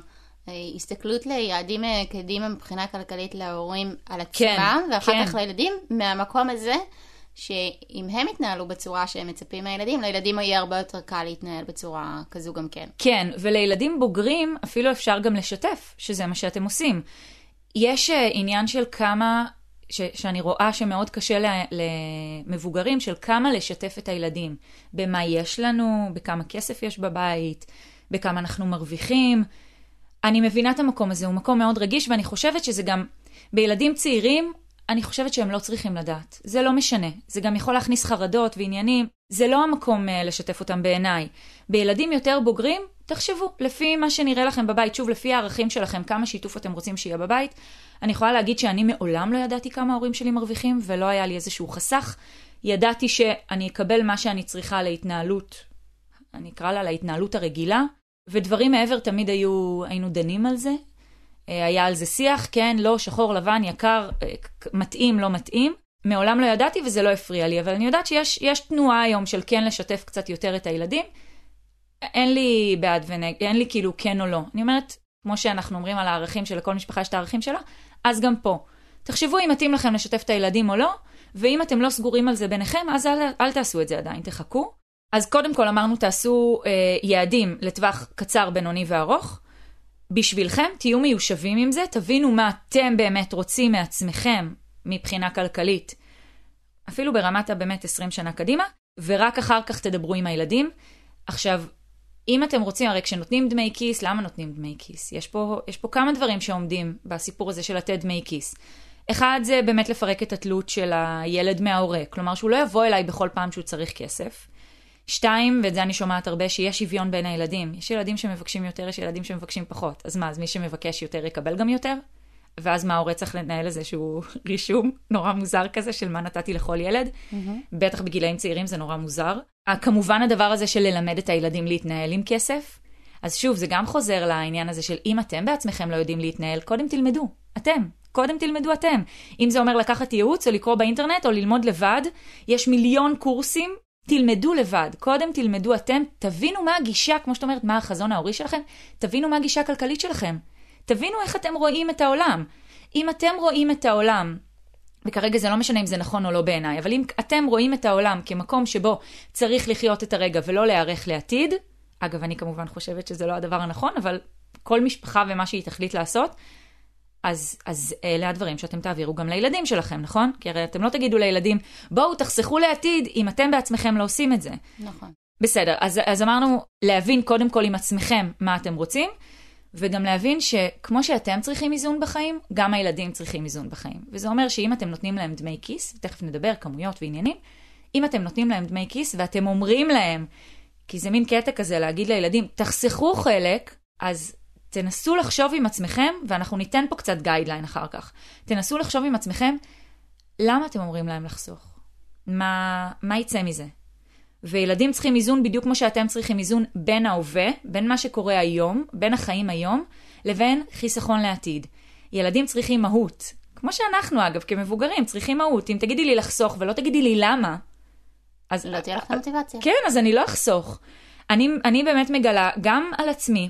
ההסתכלות ליעדים קדימה מבחינה כלכלית להורים על עצמם, כן, ואחר כן. כך לילדים, מהמקום הזה, שאם הם יתנהלו בצורה שהם מצפים מהילדים, לילדים יהיה הרבה יותר קל להתנהל בצורה כזו גם כן. כן, ולילדים בוגרים אפילו אפשר גם לשתף, שזה מה שאתם עושים. יש עניין של כמה, ש, שאני רואה שמאוד קשה למבוגרים, של כמה לשתף את הילדים. במה יש לנו, בכמה כסף יש בבית, בכמה אנחנו מרוויחים. אני מבינה את המקום הזה, הוא מקום מאוד רגיש, ואני חושבת שזה גם, בילדים צעירים, אני חושבת שהם לא צריכים לדעת. זה לא משנה. זה גם יכול להכניס חרדות ועניינים. זה לא המקום לשתף אותם בעיניי. בילדים יותר בוגרים, תחשבו, לפי מה שנראה לכם בבית, שוב, לפי הערכים שלכם, כמה שיתוף אתם רוצים שיהיה בבית. אני יכולה להגיד שאני מעולם לא ידעתי כמה ההורים שלי מרוויחים, ולא היה לי איזשהו חסך. ידעתי שאני אקבל מה שאני צריכה להתנהלות, אני אקרא לה להתנהלות הרגילה, ודברים מעבר תמיד היו, היינו דנים על זה. היה על זה שיח, כן, לא, שחור, לבן, יקר, מתאים, לא מתאים. מעולם לא ידעתי וזה לא הפריע לי, אבל אני יודעת שיש יש תנועה היום של כן לשתף קצת יותר את הילדים. אין לי בעד ונגד, אין לי כאילו כן או לא. אני אומרת, כמו שאנחנו אומרים על הערכים של כל משפחה יש את הערכים שלה, אז גם פה. תחשבו אם מתאים לכם לשתף את הילדים או לא, ואם אתם לא סגורים על זה ביניכם, אז אל, אל תעשו את זה עדיין, תחכו. אז קודם כל אמרנו, תעשו אה, יעדים לטווח קצר, בינוני וארוך. בשבילכם, תהיו מיושבים עם זה, תבינו מה אתם באמת רוצים מעצמכם מבחינה כלכלית, אפילו ברמת הבאמת עשרים שנה קדימה, ורק אחר כך תדברו עם הילדים. עכשיו, אם אתם רוצים, הרי כשנותנים דמי כיס, למה נותנים דמי כיס? יש פה, יש פה כמה דברים שעומדים בסיפור הזה של לתת דמי כיס. אחד זה באמת לפרק את התלות של הילד מההורה, כלומר שהוא לא יבוא אליי בכל פעם שהוא צריך כסף. שתיים, ואת זה אני שומעת הרבה, שיש שוויון בין הילדים. יש ילדים שמבקשים יותר, יש ילדים שמבקשים פחות. אז מה, אז מי שמבקש יותר יקבל גם יותר? ואז מה, ההורה צריך לנהל איזשהו רישום נורא מוזר כזה של מה נתתי לכל ילד? Mm-hmm. בטח בגילאים צעירים זה נורא מוזר. כמובן הדבר הזה של ללמד את הילדים להתנהל עם כסף. אז שוב, זה גם חוזר לעניין הזה של אם אתם בעצמכם לא יודעים להתנהל, קודם תלמדו. אתם. קודם תלמדו אתם. אם זה אומר לקחת ייעוץ או לקרוא באינטרנט או ללמוד לבד, יש מיליון קורסים. תלמדו לבד, קודם תלמדו אתם, תבינו מה הגישה, כמו שאת אומרת, מה החזון ההורי שלכם, תבינו מה הגישה הכלכלית שלכם, תבינו איך אתם רואים את העולם. אם אתם רואים את העולם, וכרגע זה לא משנה אם זה נכון או לא בעיניי, אבל אם אתם רואים את העולם כמקום שבו צריך לחיות את הרגע ולא להיערך לעתיד, אגב, אני כמובן חושבת שזה לא הדבר הנכון, אבל כל משפחה ומה שהיא תחליט לעשות, אז, אז אלה הדברים שאתם תעבירו גם לילדים שלכם, נכון? כי הרי אתם לא תגידו לילדים, בואו תחסכו לעתיד אם אתם בעצמכם לא עושים את זה. נכון. בסדר, אז, אז אמרנו להבין קודם כל עם עצמכם מה אתם רוצים, וגם להבין שכמו שאתם צריכים איזון בחיים, גם הילדים צריכים איזון בחיים. וזה אומר שאם אתם נותנים להם דמי כיס, ותכף נדבר כמויות ועניינים, אם אתם נותנים להם דמי כיס ואתם אומרים להם, כי זה מין קטע כזה להגיד לילדים, תחסכו חלק, אז תנסו לחשוב עם עצמכם, ואנחנו ניתן פה קצת גיידליין אחר כך. תנסו לחשוב עם עצמכם, למה אתם אומרים להם לחסוך? מה, מה יצא מזה? וילדים צריכים איזון בדיוק כמו שאתם צריכים איזון בין ההווה, בין מה שקורה היום, בין החיים היום, לבין חיסכון לעתיד. ילדים צריכים מהות. כמו שאנחנו אגב כמבוגרים צריכים מהות. אם תגידי לי לחסוך ולא תגידי לי למה, אז לא תהיה לך מוטיבציה. כן, אז אני לא אחסוך. אני, אני באמת מגלה גם על עצמי,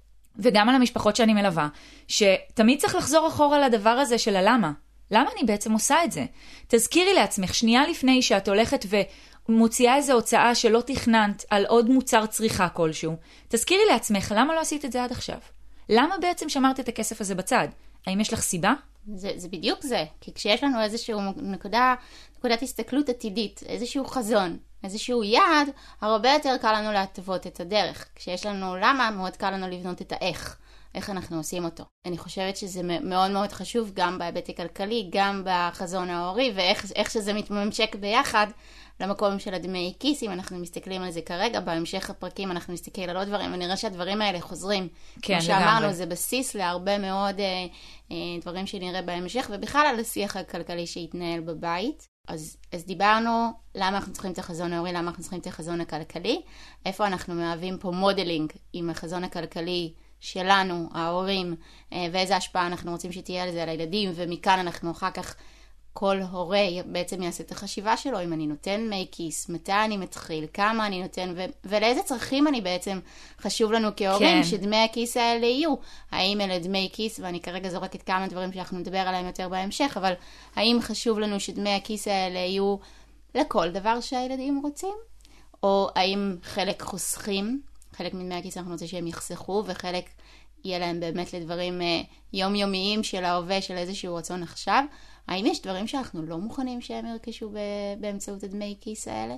וגם על המשפחות שאני מלווה, שתמיד צריך לחזור אחורה לדבר הזה של הלמה. למה אני בעצם עושה את זה? תזכירי לעצמך, שנייה לפני שאת הולכת ומוציאה איזו הוצאה שלא תכננת על עוד מוצר צריכה כלשהו, תזכירי לעצמך, למה לא עשית את זה עד עכשיו? למה בעצם שמרת את הכסף הזה בצד? האם יש לך סיבה? זה, זה בדיוק זה, כי כשיש לנו איזשהו נקודה, נקודת הסתכלות עתידית, איזשהו חזון, איזשהו יעד, הרבה יותר קל לנו להטוות את הדרך. כשיש לנו למה, מאוד קל לנו לבנות את האיך, איך אנחנו עושים אותו. אני חושבת שזה מאוד מאוד חשוב גם בהיבט הכלכלי, גם בחזון ההורי, ואיך איך שזה מתממשק ביחד למקום של הדמי כיס. אם אנחנו מסתכלים על זה כרגע, בהמשך הפרקים אנחנו נסתכל על עוד דברים, ונראה שהדברים האלה חוזרים. כן, כמו שאמרנו, זה בסיס להרבה מאוד אה, אה, דברים שנראה בהמשך, ובכלל על השיח הכלכלי שהתנהל בבית. אז, אז דיברנו למה אנחנו צריכים את החזון ההורי, למה אנחנו צריכים את החזון הכלכלי, איפה אנחנו מהווים פה מודלינג עם החזון הכלכלי שלנו, ההורים, ואיזה השפעה אנחנו רוצים שתהיה על זה, על הילדים, ומכאן אנחנו אחר כך, כל הורה בעצם יעשה את החשיבה שלו, אם אני נותן מי כיס, מתי אני מתחיל, כמה אני נותן, ו- ולאיזה צרכים אני בעצם חשוב לנו כהורים, כן. שדמי הכיס האלה יהיו. האם אלה דמי כיס, ואני כרגע זורקת כמה דברים שאנחנו נדבר עליהם יותר בהמשך, אבל האם חשוב לנו שדמי הכיס האלה יהיו לכל דבר שהילדים רוצים? או האם חלק חוסכים, חלק מדמי הכיס אנחנו רוצים שהם יחסכו, וחלק יהיה להם באמת לדברים יומיומיים של ההווה, של איזשהו רצון עכשיו. האם יש דברים שאנחנו לא מוכנים שהם ירכשו באמצעות הדמי כיס האלה?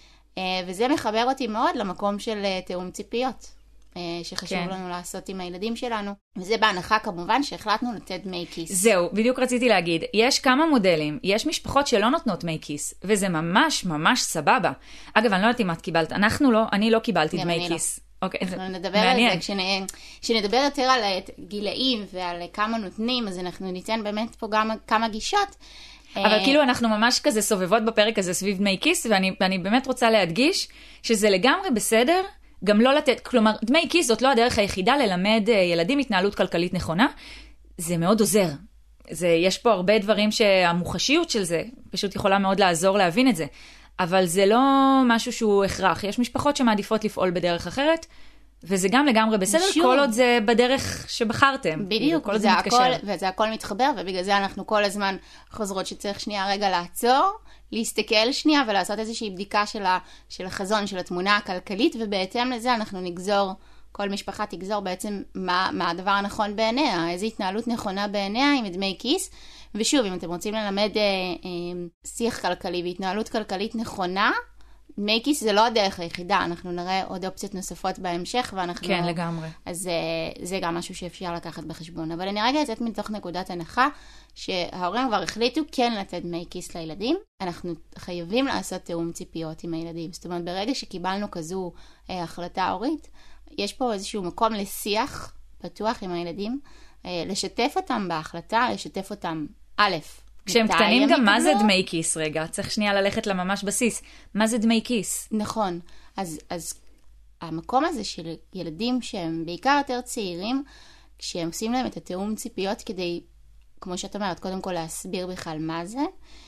וזה מחבר אותי מאוד למקום של תאום ציפיות, שחשוב כן. לנו לעשות עם הילדים שלנו. וזה בהנחה כמובן שהחלטנו לתת דמי כיס. זהו, בדיוק רציתי להגיד. יש כמה מודלים, יש משפחות שלא נותנות דמי כיס, וזה ממש ממש סבבה. אגב, אני לא יודעת אם את קיבלת, אנחנו לא, אני לא קיבלתי דמי כיס. לא. אוקיי, אנחנו נדבר מעניין. על זה, כשנדבר יותר על גילאים ועל כמה נותנים, אז אנחנו ניתן באמת פה גם כמה גישות. אבל כאילו אנחנו ממש כזה סובבות בפרק הזה סביב דמי כיס, ואני, ואני באמת רוצה להדגיש שזה לגמרי בסדר, גם לא לתת, כלומר, דמי כיס זאת לא הדרך היחידה ללמד ילדים התנהלות כלכלית נכונה, זה מאוד עוזר. זה, יש פה הרבה דברים שהמוחשיות של זה פשוט יכולה מאוד לעזור להבין את זה. אבל זה לא משהו שהוא הכרח. יש משפחות שמעדיפות לפעול בדרך אחרת, וזה גם לגמרי בסדר, שוב. כל עוד זה בדרך שבחרתם. בדיוק, כל זה הכל, וזה הכל מתחבר, ובגלל זה אנחנו כל הזמן חוזרות שצריך שנייה רגע לעצור, להסתכל שנייה ולעשות איזושהי בדיקה של, ה, של החזון, של התמונה הכלכלית, ובהתאם לזה אנחנו נגזור, כל משפחה תגזור בעצם מה, מה הדבר הנכון בעיניה, איזו התנהלות נכונה בעיניה עם דמי כיס. ושוב, אם אתם רוצים ללמד אה, אה, שיח כלכלי והתנהלות כלכלית נכונה, דמי כיס זה לא הדרך היחידה, אנחנו נראה עוד אופציות נוספות בהמשך, ואנחנו... כן, לגמרי. אז אה, זה גם משהו שאפשר לקחת בחשבון. אבל אני רגע יצאת מתוך נקודת הנחה, שההורים כבר החליטו כן לתת דמי כיס לילדים, אנחנו חייבים לעשות תאום ציפיות עם הילדים. זאת אומרת, ברגע שקיבלנו כזו אה, החלטה הורית, יש פה איזשהו מקום לשיח פתוח עם הילדים, אה, לשתף אותם בהחלטה, לשתף אותם א', כשהם קטנים גם מה זה דמי כיס רגע? צריך שנייה ללכת לממש בסיס. מה זה דמי כיס? נכון. אז, אז המקום הזה של ילדים שהם בעיקר יותר צעירים, כשהם עושים להם את התאום ציפיות כדי, כמו שאת אומרת, קודם כל להסביר בכלל מה זה.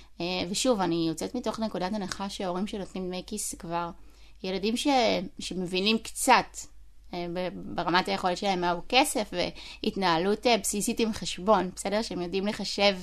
ושוב, אני יוצאת מתוך נקודת הנחה שההורים שנותנים דמי כיס כבר ילדים ש, שמבינים קצת ברמת היכולת שלהם מהו כסף והתנהלות בסיסית עם חשבון. בסדר? שהם יודעים לחשב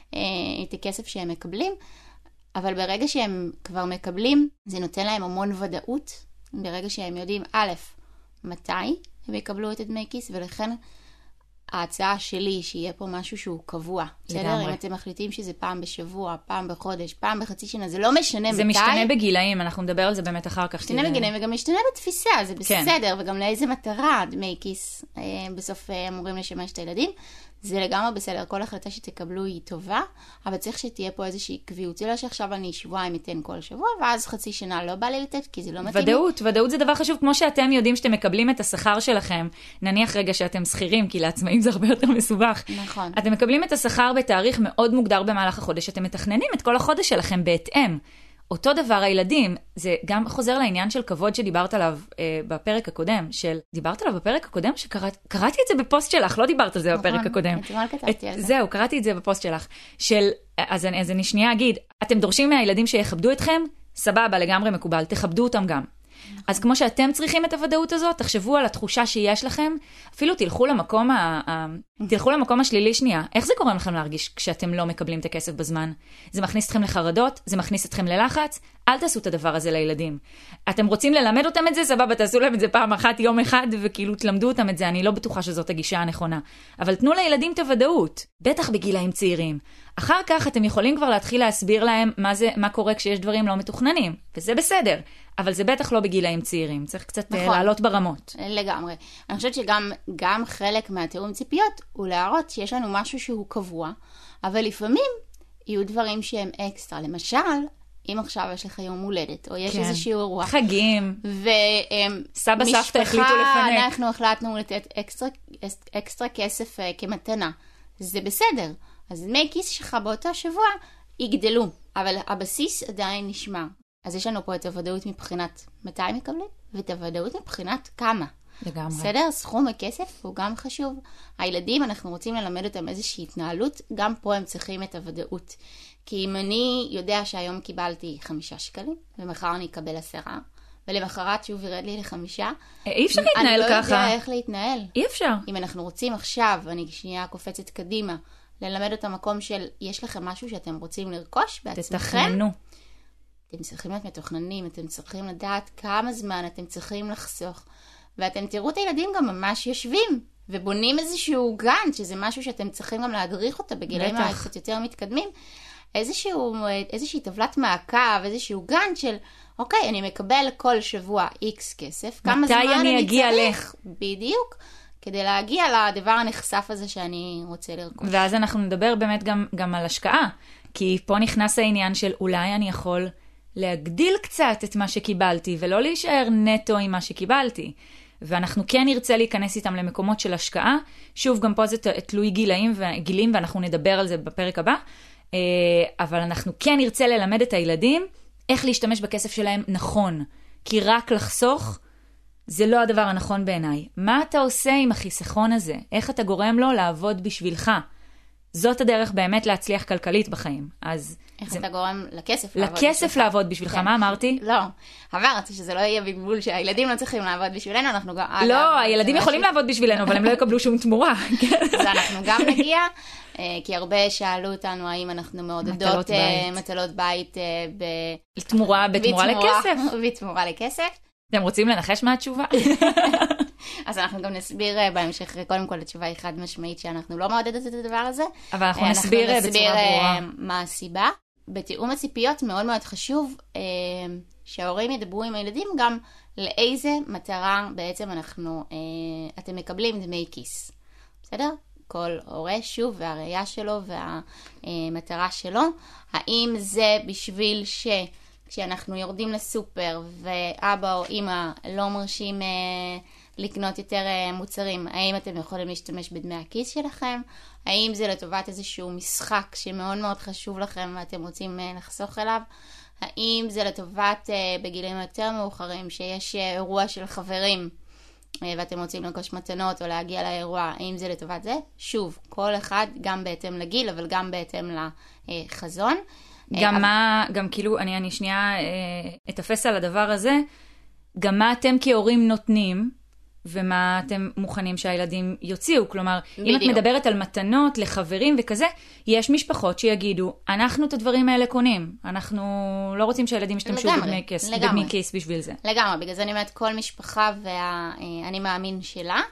את הכסף שהם מקבלים, אבל ברגע שהם כבר מקבלים, זה נותן להם המון ודאות, ברגע שהם יודעים, א', מתי הם יקבלו את הדמי כיס, ולכן ההצעה שלי שיהיה פה משהו שהוא קבוע. בסדר? אם אתם מחליטים שזה פעם בשבוע, פעם בחודש, פעם בחצי שנה, זה לא משנה זה מתי. משתנה בגילאים, אנחנו נדבר על זה באמת אחר כך. משתנה בגילאים וגם משתנה בתפיסה, זה בסדר, וגם לאיזה מטרה דמי כיס בסוף אמורים לשמש את הילדים. זה לגמרי בסדר, כל החלטה שתקבלו היא טובה, אבל צריך שתהיה פה איזושהי קביעות. זה לא שעכשיו אני שבועיים אתן כל שבוע, ואז חצי שנה לא בא לי לתת, כי זה לא מתאים. ודאות, ודאות זה דבר חשוב, כמו שאתם יודעים שאתם מקבלים את השכר שלכם, נניח רגע שאתם שכירים, כי לעצמאים זה הרבה יותר מסובך. נכון. אתם מקבלים את השכר בתאריך מאוד מוגדר במהלך החודש, אתם מתכננים את כל החודש שלכם בהתאם. אותו דבר הילדים, זה גם חוזר לעניין של כבוד שדיברת עליו אה, בפרק הקודם, של, דיברת עליו בפרק הקודם, שקראתי את זה בפוסט שלך, לא דיברת על זה נכון, בפרק הקודם. אתמול כתבתי על זה. זהו, קראתי את זה בפוסט שלך, של, אז אני, אז אני שנייה אגיד, אתם דורשים מהילדים שיכבדו אתכם, סבבה, לגמרי מקובל, תכבדו אותם גם. אז כמו שאתם צריכים את הוודאות הזאת, תחשבו על התחושה שיש לכם, אפילו תלכו למקום, ה... תלכו למקום השלילי שנייה. איך זה גורם לכם להרגיש כשאתם לא מקבלים את הכסף בזמן? זה מכניס אתכם לחרדות, זה מכניס אתכם ללחץ, אל תעשו את הדבר הזה לילדים. אתם רוצים ללמד אותם את זה, סבבה, תעשו להם את זה פעם אחת, יום אחד, וכאילו תלמדו אותם את זה, אני לא בטוחה שזאת הגישה הנכונה. אבל תנו לילדים את הוודאות, בטח בגילאים צעירים. אחר כך אתם יכולים כבר להתחיל להסביר להם מה זה, מה קורה כשיש דברים לא מתוכננים, וזה בסדר. אבל זה בטח לא בגילאים צעירים, צריך קצת נכון. לעלות ברמות. לגמרי. אני חושבת שגם גם חלק מהתיאום ציפיות הוא להראות שיש לנו משהו שהוא קבוע, אבל לפעמים יהיו דברים שהם אקסטרה. למשל, אם עכשיו יש לך יום הולדת, או יש כן. איזשהו אירוע. חגים. סבא סבתא החליטו לפנק. אנחנו החלטנו לתת אקסטרה, אקסטרה כסף כמתנה. זה בסדר. אז דמי כיס שלך באותו שבוע יגדלו, אבל הבסיס עדיין נשמר. אז יש לנו פה את הוודאות מבחינת מתי מקבלים, ואת הוודאות מבחינת כמה. לגמרי. בסדר? סכום הכסף הוא גם חשוב. הילדים, אנחנו רוצים ללמד אותם איזושהי התנהלות, גם פה הם צריכים את הוודאות. כי אם אני יודע שהיום קיבלתי חמישה שקלים, ומחר אני אקבל עשרה, ולמחרת שוב ירד לי לחמישה, אי אפשר להתנהל ככה. אני לא יודע איך להתנהל. אי אפשר. אם אנחנו רוצים עכשיו, אני שנייה קופצת קדימה, ללמד את המקום של, יש לכם משהו שאתם רוצים לרכוש בעצמכם? תתכננו. אתם צריכים להיות מתוכננים, אתם צריכים לדעת כמה זמן אתם צריכים לחסוך, ואתם תראו את הילדים גם ממש יושבים, ובונים איזשהו גן, שזה משהו שאתם צריכים גם להדריך אותה בגילאים קצת יותר מתקדמים, איזשהו, איזושהי טבלת מעקב, איזשהו גן של, אוקיי, אני מקבל כל שבוע איקס כסף, כמה זמן אני, אני צריך, לך? בדיוק, כדי להגיע לדבר הנחשף הזה שאני רוצה לרכוש. ואז אנחנו נדבר באמת גם, גם על השקעה, כי פה נכנס העניין של אולי אני יכול להגדיל קצת את מה שקיבלתי, ולא להישאר נטו עם מה שקיבלתי. ואנחנו כן נרצה להיכנס איתם למקומות של השקעה. שוב, גם פה זה תלוי גילאים וגילים, ואנחנו נדבר על זה בפרק הבא. אבל אנחנו כן נרצה ללמד את הילדים איך להשתמש בכסף שלהם נכון. כי רק לחסוך זה לא הדבר הנכון בעיניי. מה אתה עושה עם החיסכון הזה? איך אתה גורם לו לעבוד בשבילך? זאת הדרך באמת להצליח כלכלית בחיים. אז איך זה... אתה גורם לכסף לעבוד לכסף בשבילך? לעבוד בשבילך, כן. מה אמרתי? לא, אמרתי שזה לא יהיה בגבול שהילדים לא צריכים לעבוד בשבילנו, אנחנו גם... לא, הילדים יכולים לעבוד בשבילנו, אבל הם לא יקבלו שום תמורה. אז אנחנו גם נגיע, כי הרבה שאלו אותנו האם אנחנו מעודדות מטלות בית בתמורה לכסף. בתמורה לכסף. אתם רוצים לנחש מה התשובה? אז אנחנו גם נסביר בהמשך, קודם כל התשובה היא חד משמעית שאנחנו לא מעודדת את הדבר הזה. אבל אנחנו נסביר בצורה ברורה. מה הסיבה. בתיאום הציפיות מאוד מאוד חשוב שההורים ידברו עם הילדים גם לאיזה מטרה בעצם אנחנו, אתם מקבלים דמי כיס. בסדר? כל הורה שוב והראייה שלו והמטרה שלו. האם זה בשביל ש... כשאנחנו יורדים לסופר ואבא או אמא לא מרשים אה, לקנות יותר אה, מוצרים, האם אתם יכולים להשתמש בדמי הכיס שלכם? האם זה לטובת איזשהו משחק שמאוד מאוד חשוב לכם ואתם רוצים אה, לחסוך אליו? האם זה לטובת אה, בגילים יותר מאוחרים שיש אה, אירוע של חברים אה, ואתם רוצים לרכוש מתנות או להגיע לאירוע? האם זה לטובת זה? שוב, כל אחד גם בהתאם לגיל אבל גם בהתאם לחזון. גם מה, גם כאילו, אני, אני שנייה אתפס על הדבר הזה, גם מה אתם כהורים נותנים, ומה אתם מוכנים שהילדים יוציאו. כלומר, בדיוק. אם את מדברת על מתנות לחברים וכזה, יש משפחות שיגידו, אנחנו את הדברים האלה קונים. אנחנו לא רוצים שהילדים ישתמשו בדמי כיס, בדמי כיס בשביל זה. לגמרי, בגלל זה אני אומרת, כל משפחה והאני מאמין שלה,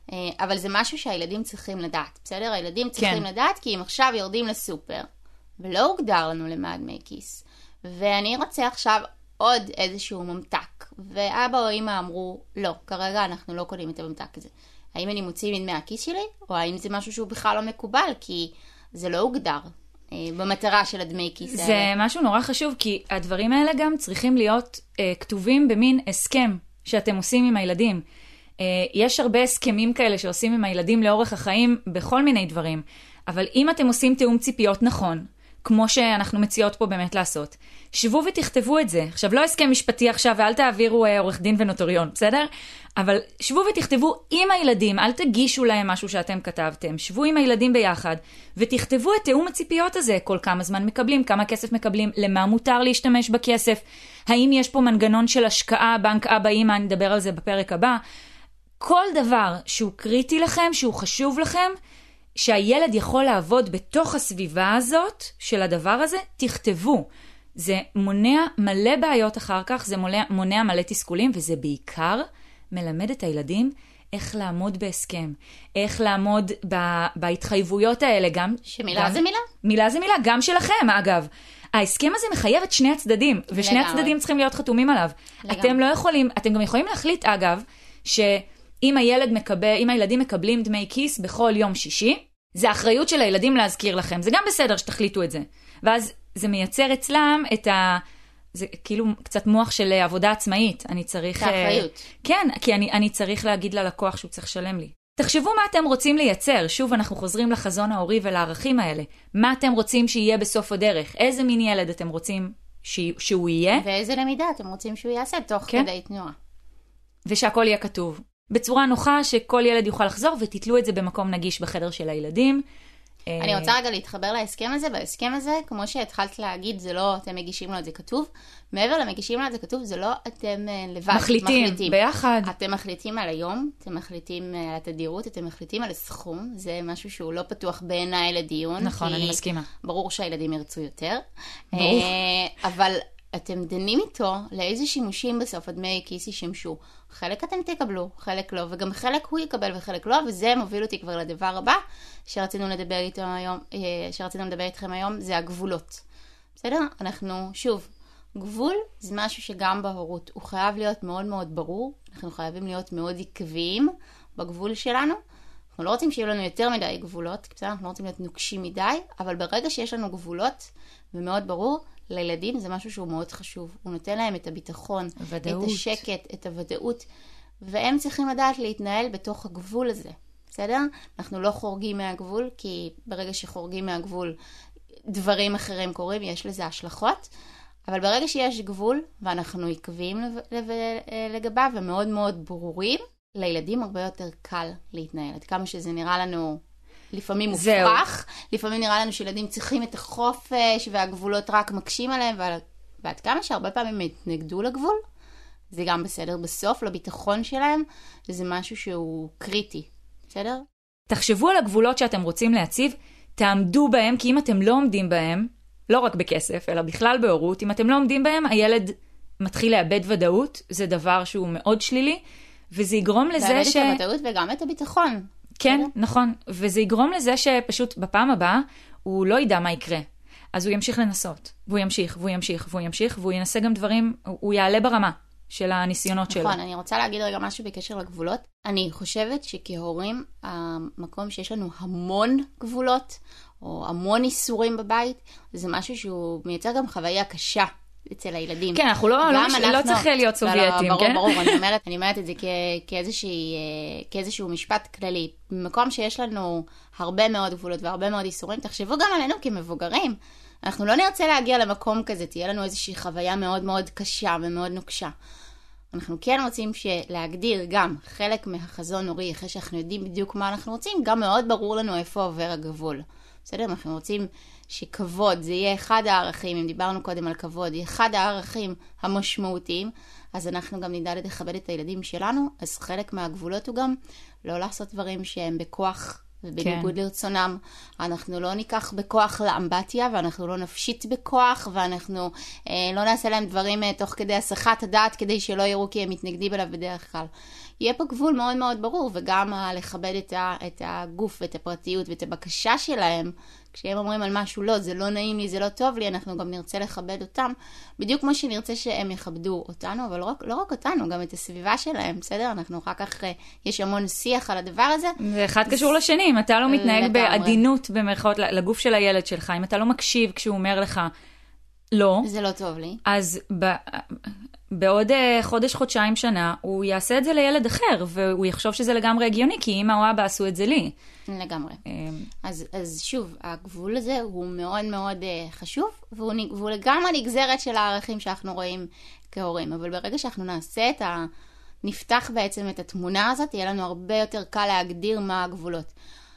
אבל זה משהו שהילדים צריכים לדעת, בסדר? הילדים צריכים כן. לדעת, כי אם עכשיו יורדים לסופר, ולא הוגדר לנו למה דמי כיס, ואני רוצה עכשיו עוד איזשהו ממתק, ואבא או אמא אמרו, לא, כרגע אנחנו לא קונים את הממתק הזה. האם אני מוציא מדמי הכיס שלי, או האם זה משהו שהוא בכלל לא מקובל, כי זה לא הוגדר במטרה של הדמי כיס האלה. זה משהו נורא חשוב, כי הדברים האלה גם צריכים להיות אה, כתובים במין הסכם שאתם עושים עם הילדים. אה, יש הרבה הסכמים כאלה שעושים עם הילדים לאורך החיים בכל מיני דברים, אבל אם אתם עושים תאום ציפיות נכון, כמו שאנחנו מציעות פה באמת לעשות, שבו ותכתבו את זה. עכשיו, לא הסכם משפטי עכשיו, ואל תעבירו אה, עורך דין ונוטריון, בסדר? אבל שבו ותכתבו עם הילדים, אל תגישו להם משהו שאתם כתבתם, שבו עם הילדים ביחד, ותכתבו את תאום הציפיות הזה, כל כמה זמן מקבלים, כמה כסף מקבלים, למה מותר להשתמש בכסף, האם יש פה מנגנון של השקעה, בנק אבא אמא, אני אדבר על זה בפרק הבא. כל דבר שהוא קריטי לכם, שהוא חשוב לכם, שהילד יכול לעבוד בתוך הסביבה הזאת של הדבר הזה, תכתבו. זה מונע מלא בעיות אחר כך, זה מונע, מונע מלא תסכולים, וזה בעיקר מלמד את הילדים איך לעמוד בהסכם, איך לעמוד ב, בהתחייבויות האלה גם. שמילה גם, זה מילה? מילה זה מילה, גם שלכם אגב. ההסכם הזה מחייב את שני הצדדים, ושני לגמרי. הצדדים צריכים להיות חתומים עליו. לגמרי. אתם לא יכולים, אתם גם יכולים להחליט אגב, שאם הילד מקבל, אם הילדים מקבלים דמי כיס בכל יום שישי, זה האחריות של הילדים להזכיר לכם. זה גם בסדר שתחליטו את זה. ואז זה מייצר אצלם את ה... זה כאילו קצת מוח של עבודה עצמאית. אני צריך... האחריות. כן, כי אני, אני צריך להגיד ללקוח שהוא צריך לשלם לי. תחשבו מה אתם רוצים לייצר. שוב, אנחנו חוזרים לחזון ההורי ולערכים האלה. מה אתם רוצים שיהיה בסוף הדרך? איזה מין ילד אתם רוצים ש... שהוא יהיה? ואיזה למידה אתם רוצים שהוא יעשה תוך כן? כדי תנועה. ושהכל יהיה כתוב. בצורה נוחה שכל ילד יוכל לחזור, ותתלו את זה במקום נגיש בחדר של הילדים. אני רוצה רגע להתחבר להסכם הזה. בהסכם הזה, כמו שהתחלת להגיד, זה לא אתם מגישים לו את זה כתוב. מעבר למגישים לו את זה כתוב, זה לא אתם לבד. מחליטים, מחליטים. ביחד. אתם מחליטים על היום, אתם מחליטים על התדירות, אתם מחליטים על הסכום. זה משהו שהוא לא פתוח בעיניי לדיון. נכון, אני מסכימה. ברור שהילדים ירצו יותר. ברור. אבל... אתם דנים איתו לאיזה שימושים בסוף הדמי כיס ישמשו. חלק אתם תקבלו, חלק לא, וגם חלק הוא יקבל וחלק לא, וזה מוביל אותי כבר לדבר הבא שרצינו לדבר איתו היום, שרצינו לדבר איתכם היום, זה הגבולות. בסדר? אנחנו, שוב, גבול זה משהו שגם בהורות הוא חייב להיות מאוד מאוד ברור, אנחנו חייבים להיות מאוד עקביים בגבול שלנו. אנחנו לא רוצים שיהיו לנו יותר מדי גבולות, בסדר? אנחנו לא רוצים להיות נוקשים מדי, אבל ברגע שיש לנו גבולות, ומאוד ברור, לילדים זה משהו שהוא מאוד חשוב. הוא נותן להם את הביטחון, ודאות. את השקט, את הוודאות, והם צריכים לדעת להתנהל בתוך הגבול הזה. בסדר? אנחנו לא חורגים מהגבול, כי ברגע שחורגים מהגבול, דברים אחרים קורים, יש לזה השלכות. אבל ברגע שיש גבול, ואנחנו עקביים לגביו, ומאוד מאוד ברורים, לילדים הרבה יותר קל להתנהל. עד כמה שזה נראה לנו לפעמים מופרך, לפעמים נראה לנו שילדים צריכים את החופש, והגבולות רק מקשים עליהם, ועד כמה שהרבה פעמים התנגדו לגבול, זה גם בסדר. בסוף, לביטחון שלהם, זה משהו שהוא קריטי. בסדר? תחשבו על הגבולות שאתם רוצים להציב, תעמדו בהם, כי אם אתם לא עומדים בהם, לא רק בכסף, אלא בכלל בהורות, אם אתם לא עומדים בהם, הילד מתחיל לאבד ודאות, זה דבר שהוא מאוד שלילי, וזה יגרום לזה ש... לאבד את הוודאות וגם את הביטחון. כן, נכון. וזה יגרום לזה שפשוט בפעם הבאה, הוא לא ידע מה יקרה. אז הוא ימשיך לנסות, והוא ימשיך, והוא ימשיך, והוא ימשיך, והוא ינסה גם דברים, הוא יעלה ברמה של הניסיונות שלו. נכון, אני רוצה להגיד רגע משהו בקשר לגבולות. אני חושבת שכהורים, המקום שיש לנו המון גבולות, או המון איסורים בבית, זה משהו שהוא מייצר גם חוויה קשה אצל הילדים. כן, אנחנו לא, לא, אנחנו, לא צריך להיות סובייטים, ברור, כן? ברור, ברור, אני אומרת, אני אומרת את זה כאיזושהי, כאיזשהו משפט כללי. במקום שיש לנו הרבה מאוד גבולות והרבה מאוד איסורים, תחשבו גם עלינו כמבוגרים. אנחנו לא נרצה להגיע למקום כזה, תהיה לנו איזושהי חוויה מאוד מאוד קשה ומאוד נוקשה. אנחנו כן רוצים להגדיר גם חלק מהחזון הורי, אחרי שאנחנו יודעים בדיוק מה אנחנו רוצים, גם מאוד ברור לנו איפה עובר הגבול. בסדר? אנחנו רוצים שכבוד, זה יהיה אחד הערכים, אם דיברנו קודם על כבוד, יהיה אחד הערכים המשמעותיים, אז אנחנו גם נדע לכבד את הילדים שלנו, אז חלק מהגבולות הוא גם לא לעשות דברים שהם בכוח ובניגוד כן. לרצונם. אנחנו לא ניקח בכוח לאמבטיה, ואנחנו לא נפשיט בכוח, ואנחנו אה, לא נעשה להם דברים אה, תוך כדי הסחת הדעת, כדי שלא יראו כי הם מתנגדים אליו בדרך כלל. יהיה פה גבול מאוד מאוד ברור, וגם לכבד את, ה, את הגוף ואת הפרטיות ואת הבקשה שלהם, כשהם אומרים על משהו לא, זה לא נעים לי, זה לא טוב לי, אנחנו גם נרצה לכבד אותם, בדיוק כמו שנרצה שהם יכבדו אותנו, אבל לא רק, לא רק אותנו, גם את הסביבה שלהם, בסדר? אנחנו אחר כך, יש המון שיח על הדבר הזה. זה אחד קשור לשני, אם אתה לא מתנהג בעדינות במרכאות לגוף של הילד שלך, אם אתה לא מקשיב כשהוא אומר לך, לא. זה לא טוב לי. אז ב... בעוד חודש, חודשיים, שנה, הוא יעשה את זה לילד אחר, והוא יחשוב שזה לגמרי הגיוני, כי אמא או אבא עשו את זה לי. לגמרי. אז, אז שוב, הגבול הזה הוא מאוד מאוד חשוב, והוא, והוא לגמרי נגזרת של הערכים שאנחנו רואים כהורים. אבל ברגע שאנחנו נעשה את ה... נפתח בעצם את התמונה הזאת, יהיה לנו הרבה יותר קל להגדיר מה הגבולות.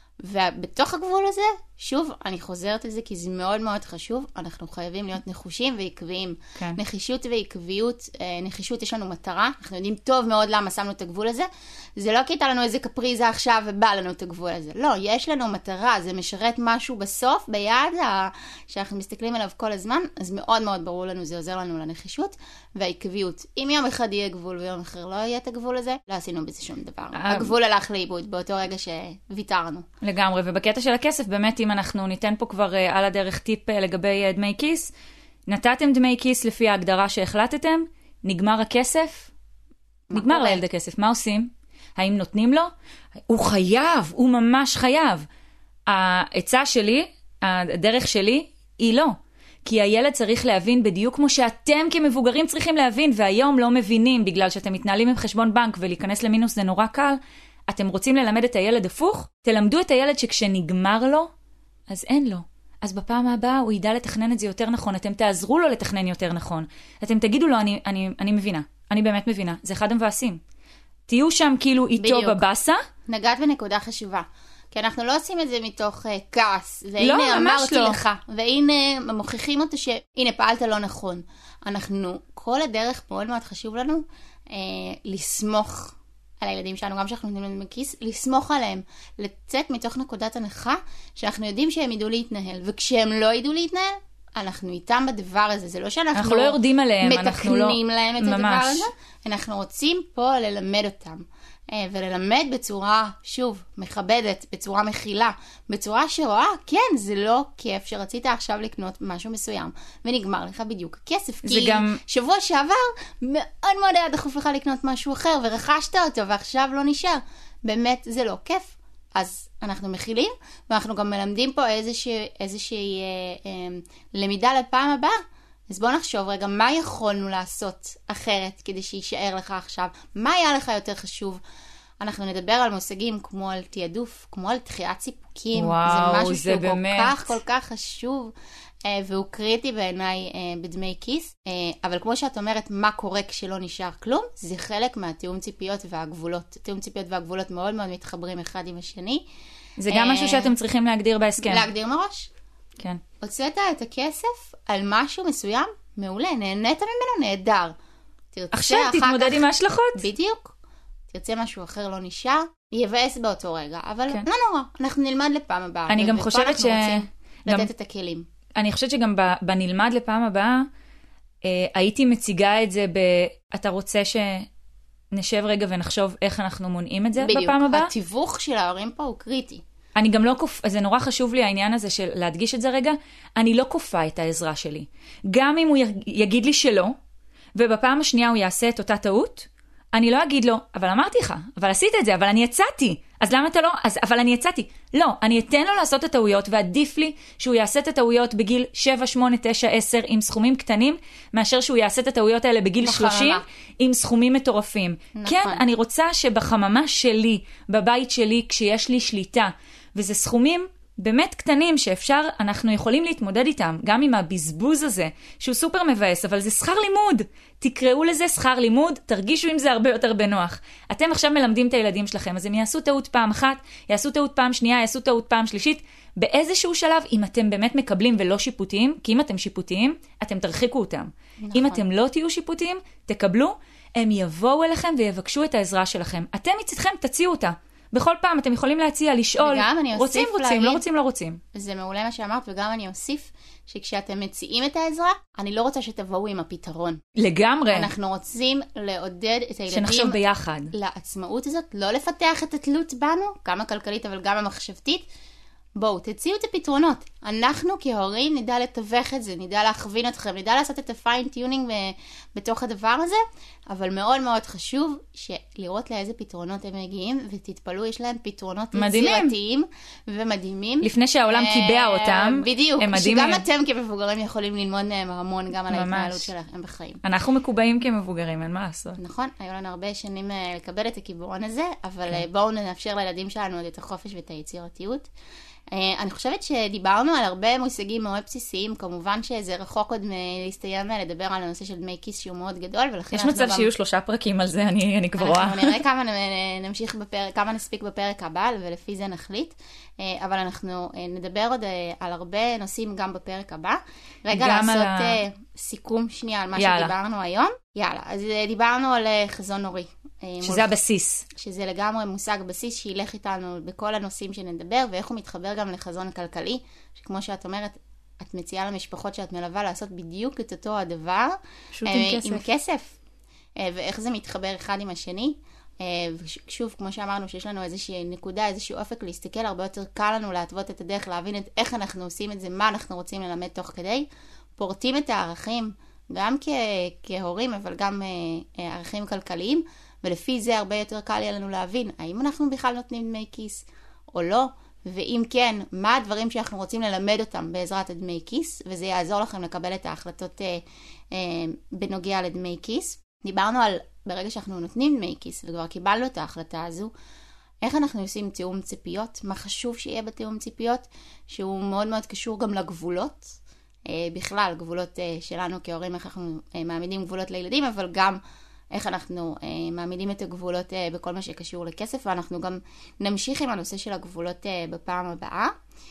ובתוך הגבול הזה, שוב, אני חוזרת על זה כי זה מאוד מאוד חשוב, אנחנו חייבים להיות נחושים ועקביים. כן. נחישות ועקביות, נחישות יש לנו מטרה, אנחנו יודעים טוב מאוד למה שמנו את הגבול הזה, זה לא כי הייתה לנו איזה קפריזה עכשיו ובא לנו את הגבול הזה, לא, יש לנו מטרה, זה משרת משהו בסוף, ביד, שאנחנו מסתכלים עליו כל הזמן, אז מאוד מאוד ברור לנו, זה עוזר לנו לנחישות והעקביות. אם יום אחד יהיה גבול ויום אחר לא יהיה את הגבול הזה, לא עשינו בזה שום דבר. הגבול הלך לאיבוד באותו רגע שוויתרנו. לגמרי, ובקטע של הכסף, באמת אם אנחנו ניתן פה כבר uh, על הדרך טיפ uh, לגבי uh, דמי כיס, נתתם דמי כיס לפי ההגדרה שהחלטתם, נגמר הכסף, נגמר קורה? לילד הכסף, מה עושים? האם נותנים לו? הוא חייב, הוא ממש חייב. העצה שלי, הדרך שלי, היא לא. כי הילד צריך להבין בדיוק כמו שאתם כמבוגרים צריכים להבין, והיום לא מבינים בגלל שאתם מתנהלים עם חשבון בנק ולהיכנס למינוס זה נורא קל, אתם רוצים ללמד את הילד הפוך? תלמדו את הילד שכשנגמר לו, אז אין לו. אז בפעם הבאה הוא ידע לתכנן את זה יותר נכון. אתם תעזרו לו לתכנן יותר נכון. אתם תגידו לו, אני, אני, אני מבינה. אני באמת מבינה. זה אחד המבאסים. תהיו שם כאילו איתו בבאסה. נגעת בנקודה חשובה. כי אנחנו לא עושים את זה מתוך uh, כעס. והנה לא, אמרתי לא. לך. והנה מוכיחים אותו שהנה פעלת לא נכון. אנחנו, כל הדרך מאוד מאוד חשוב לנו uh, לסמוך על הילדים שלנו, גם שאנחנו נותנים להם בכיס, לסמוך עליהם, לצאת מתוך נקודת הנחה, שאנחנו יודעים שהם ידעו להתנהל, וכשהם לא ידעו להתנהל, אנחנו איתם בדבר הזה, זה לא שאנחנו אנחנו לא יורדים עליהם, אנחנו לא... מתקנים להם את ממש. הדבר הזה, אנחנו רוצים פה ללמד אותם, וללמד בצורה, שוב, מכבדת, בצורה מכילה, בצורה שרואה, כן, זה לא כיף שרצית עכשיו לקנות משהו מסוים, ונגמר לך בדיוק הכסף, כי גם... שבוע שעבר מאוד מאוד היה דחוף לך לקנות משהו אחר, ורכשת אותו, ועכשיו לא נשאר. באמת, זה לא כיף. אז אנחנו מכילים, ואנחנו גם מלמדים פה איזושהי, איזושהי אה, אה, למידה לפעם הבאה. אז בוא נחשוב רגע, מה יכולנו לעשות אחרת כדי שישאר לך עכשיו? מה היה לך יותר חשוב? אנחנו נדבר על מושגים כמו על תיעדוף, כמו על דחיית סיפוקים. וואו, זה משהו זה שהוא באמת. כל כך כל כך חשוב, והוא קריטי בעיניי בדמי כיס. אבל כמו שאת אומרת, מה קורה כשלא נשאר כלום? זה חלק מהתיאום ציפיות והגבולות. תיאום ציפיות והגבולות מאוד מאוד מתחברים אחד עם השני. זה גם משהו שאתם צריכים להגדיר בהסכם. להגדיר מראש. כן. הוצאת את הכסף על משהו מסוים, מעולה, נהנית ממנו, נהדר. עכשיו תתמודד עם ההשלכות. בדיוק. תרצה משהו אחר לא נשאר, יבאס באותו רגע, אבל כן. לא נורא, אנחנו נלמד לפעם הבאה. אני גם חושבת ש... לתת גם... את הכלים. אני חושבת שגם בנלמד לפעם הבאה, אה, הייתי מציגה את זה ב... אתה רוצה שנשב רגע ונחשוב איך אנחנו מונעים את זה בדיוק. בפעם הבאה? בדיוק, התיווך של ההורים פה הוא קריטי. אני גם לא כופ... זה נורא חשוב לי העניין הזה של להדגיש את זה רגע, אני לא כופה את העזרה שלי. גם אם הוא יגיד לי שלא, ובפעם השנייה הוא יעשה את אותה טעות, אני לא אגיד לו, אבל אמרתי לך, אבל עשית את זה, אבל אני יצאתי. אז למה אתה לא? אז, אבל אני יצאתי. לא, אני אתן לו לעשות את הטעויות, ועדיף לי שהוא יעשה את הטעויות בגיל שבע, שמונה, תשע, עשר עם סכומים קטנים, מאשר שהוא יעשה את הטעויות האלה בגיל שלושים עם סכומים מטורפים. נכון. כן, אני רוצה שבחממה שלי, בבית שלי, כשיש לי שליטה, וזה סכומים באמת קטנים שאפשר, אנחנו יכולים להתמודד איתם, גם עם הבזבוז הזה, שהוא סופר מבאס, אבל זה שכר לימוד. תקראו לזה שכר לימוד, תרגישו עם זה הרבה יותר בנוח. אתם עכשיו מלמדים את הילדים שלכם, אז הם יעשו טעות פעם אחת, יעשו טעות פעם שנייה, יעשו טעות פעם שלישית, באיזשהו שלב, אם אתם באמת מקבלים ולא שיפוטיים, כי אם אתם שיפוטיים, אתם תרחיקו אותם. נכון. אם אתם לא תהיו שיפוטיים, תקבלו, הם יבואו אליכם ויבקשו את העזרה שלכם. אתם מצדכם תציעו אותה. בכל פעם אתם יכולים להציע, לשאול, רוצים, רוצים, לא רוצים, לא רוצים. זה מעולה מה שאמרת, וגם אני אוסיף שכשאתם מציעים את העזרה, אני לא רוצה שתבואו עם הפתרון. לגמרי. אנחנו רוצים לעודד את הילדים שנחשוב ביחד. לעצמאות הזאת, לא לפתח את התלות בנו, גם הכלכלית אבל גם המחשבתית. בואו, תציעו את הפתרונות. אנחנו כהורים נדע לתווך את זה, נדע להכווין אתכם, נדע לעשות את הפיין-טיונינג בתוך הדבר הזה, אבל מאוד מאוד חשוב לראות לאיזה פתרונות הם מגיעים, ותתפלו, יש להם פתרונות יצירתיים ומדהימים. לפני שהעולם קיבע אותם, בדיוק, הם מדהימים. שגם אתם כמבוגרים יכולים ללמוד מהם המון גם על ההתנהלות שלהם בחיים. אנחנו מקובעים כמבוגרים, אין מה לעשות. נכון, היו לנו הרבה שנים לקבל את הכיוורון הזה, אבל בואו נאפשר לילדים שלנו את החופש ואת היצירתיות. אני חושבת שדיברנו על הרבה מושגים מאוד בסיסיים, כמובן שזה רחוק עוד מלהסתיים לדבר על הנושא של דמי כיס שהוא מאוד גדול, ולכן יש מצב שיהיו שלושה פרקים על זה, אני, אני כבר רואה. אנחנו נראה כמה נמשיך בפרק, כמה נספיק בפרק הבא, ולפי זה נחליט, אבל אנחנו נדבר עוד על הרבה נושאים גם בפרק הבא. רגע לעשות ה... סיכום שנייה על מה יאללה. שדיברנו היום. יאללה, אז דיברנו על חזון הורי. שזה מול... הבסיס. שזה לגמרי מושג בסיס שילך איתנו בכל הנושאים שנדבר, ואיך הוא מתחבר גם לחזון כלכלי, שכמו שאת אומרת, את מציעה למשפחות שאת מלווה לעשות בדיוק את אותו הדבר. פשוט עם כסף. עם כסף. ואיך זה מתחבר אחד עם השני. ושוב, כמו שאמרנו, שיש לנו איזושהי נקודה, איזשהו אופק להסתכל, הרבה יותר קל לנו להתוות את הדרך, להבין את איך אנחנו עושים את זה, מה אנחנו רוצים ללמד תוך כדי. פורטים את הערכים, גם כ- כהורים, אבל גם uh, ערכים כלכליים, ולפי זה הרבה יותר קל יהיה לנו להבין, האם אנחנו בכלל נותנים דמי כיס או לא, ואם כן, מה הדברים שאנחנו רוצים ללמד אותם בעזרת הדמי כיס, וזה יעזור לכם לקבל את ההחלטות uh, uh, בנוגע לדמי כיס. דיברנו על ברגע שאנחנו נותנים דמי כיס, וכבר קיבלנו את ההחלטה הזו, איך אנחנו עושים תיאום ציפיות, מה חשוב שיהיה בתיאום ציפיות, שהוא מאוד מאוד קשור גם לגבולות, בכלל, גבולות שלנו כהורים, איך אנחנו מעמידים גבולות לילדים, אבל גם איך אנחנו מעמידים את הגבולות בכל מה שקשור לכסף, ואנחנו גם נמשיך עם הנושא של הגבולות בפעם הבאה.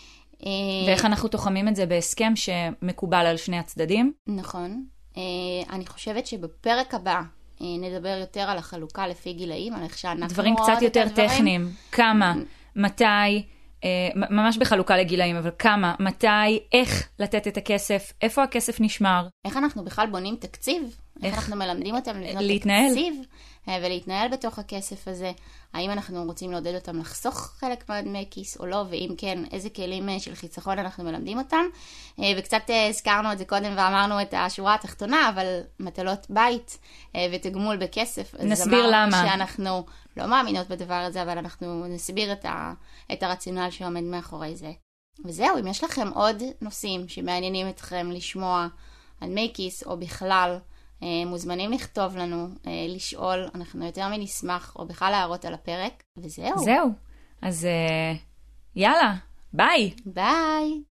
ואיך אנחנו תוחמים את זה בהסכם שמקובל על שני הצדדים? נכון. אני חושבת שבפרק הבא נדבר יותר על החלוקה לפי גילאים, על איך שאנחנו דברים קצת יותר טכניים. כמה, מתי, ממש בחלוקה לגילאים, אבל כמה, מתי, איך לתת את הכסף, איפה הכסף נשמר. איך אנחנו בכלל בונים תקציב? איך, איך אנחנו מלמדים אותם לבנות להתנהל. תקציב ולהתנהל בתוך הכסף הזה? האם אנחנו רוצים לעודד אותם לחסוך חלק מהדמי כיס או לא, ואם כן, איזה כלים של חיסכון אנחנו מלמדים אותם? וקצת הזכרנו את זה קודם ואמרנו את השורה התחתונה, אבל מטלות בית ותגמול בכסף. נסביר למה. שאנחנו לא מאמינות בדבר הזה, אבל אנחנו נסביר את, ה, את הרציונל שעומד מאחורי זה. וזהו, אם יש לכם עוד נושאים שמעניינים אתכם לשמוע על דמי כיס או בכלל, מוזמנים לכתוב לנו, לשאול, אנחנו יותר מנשמח, או בכלל להראות על הפרק, וזהו. זהו. אז יאללה, ביי. ביי.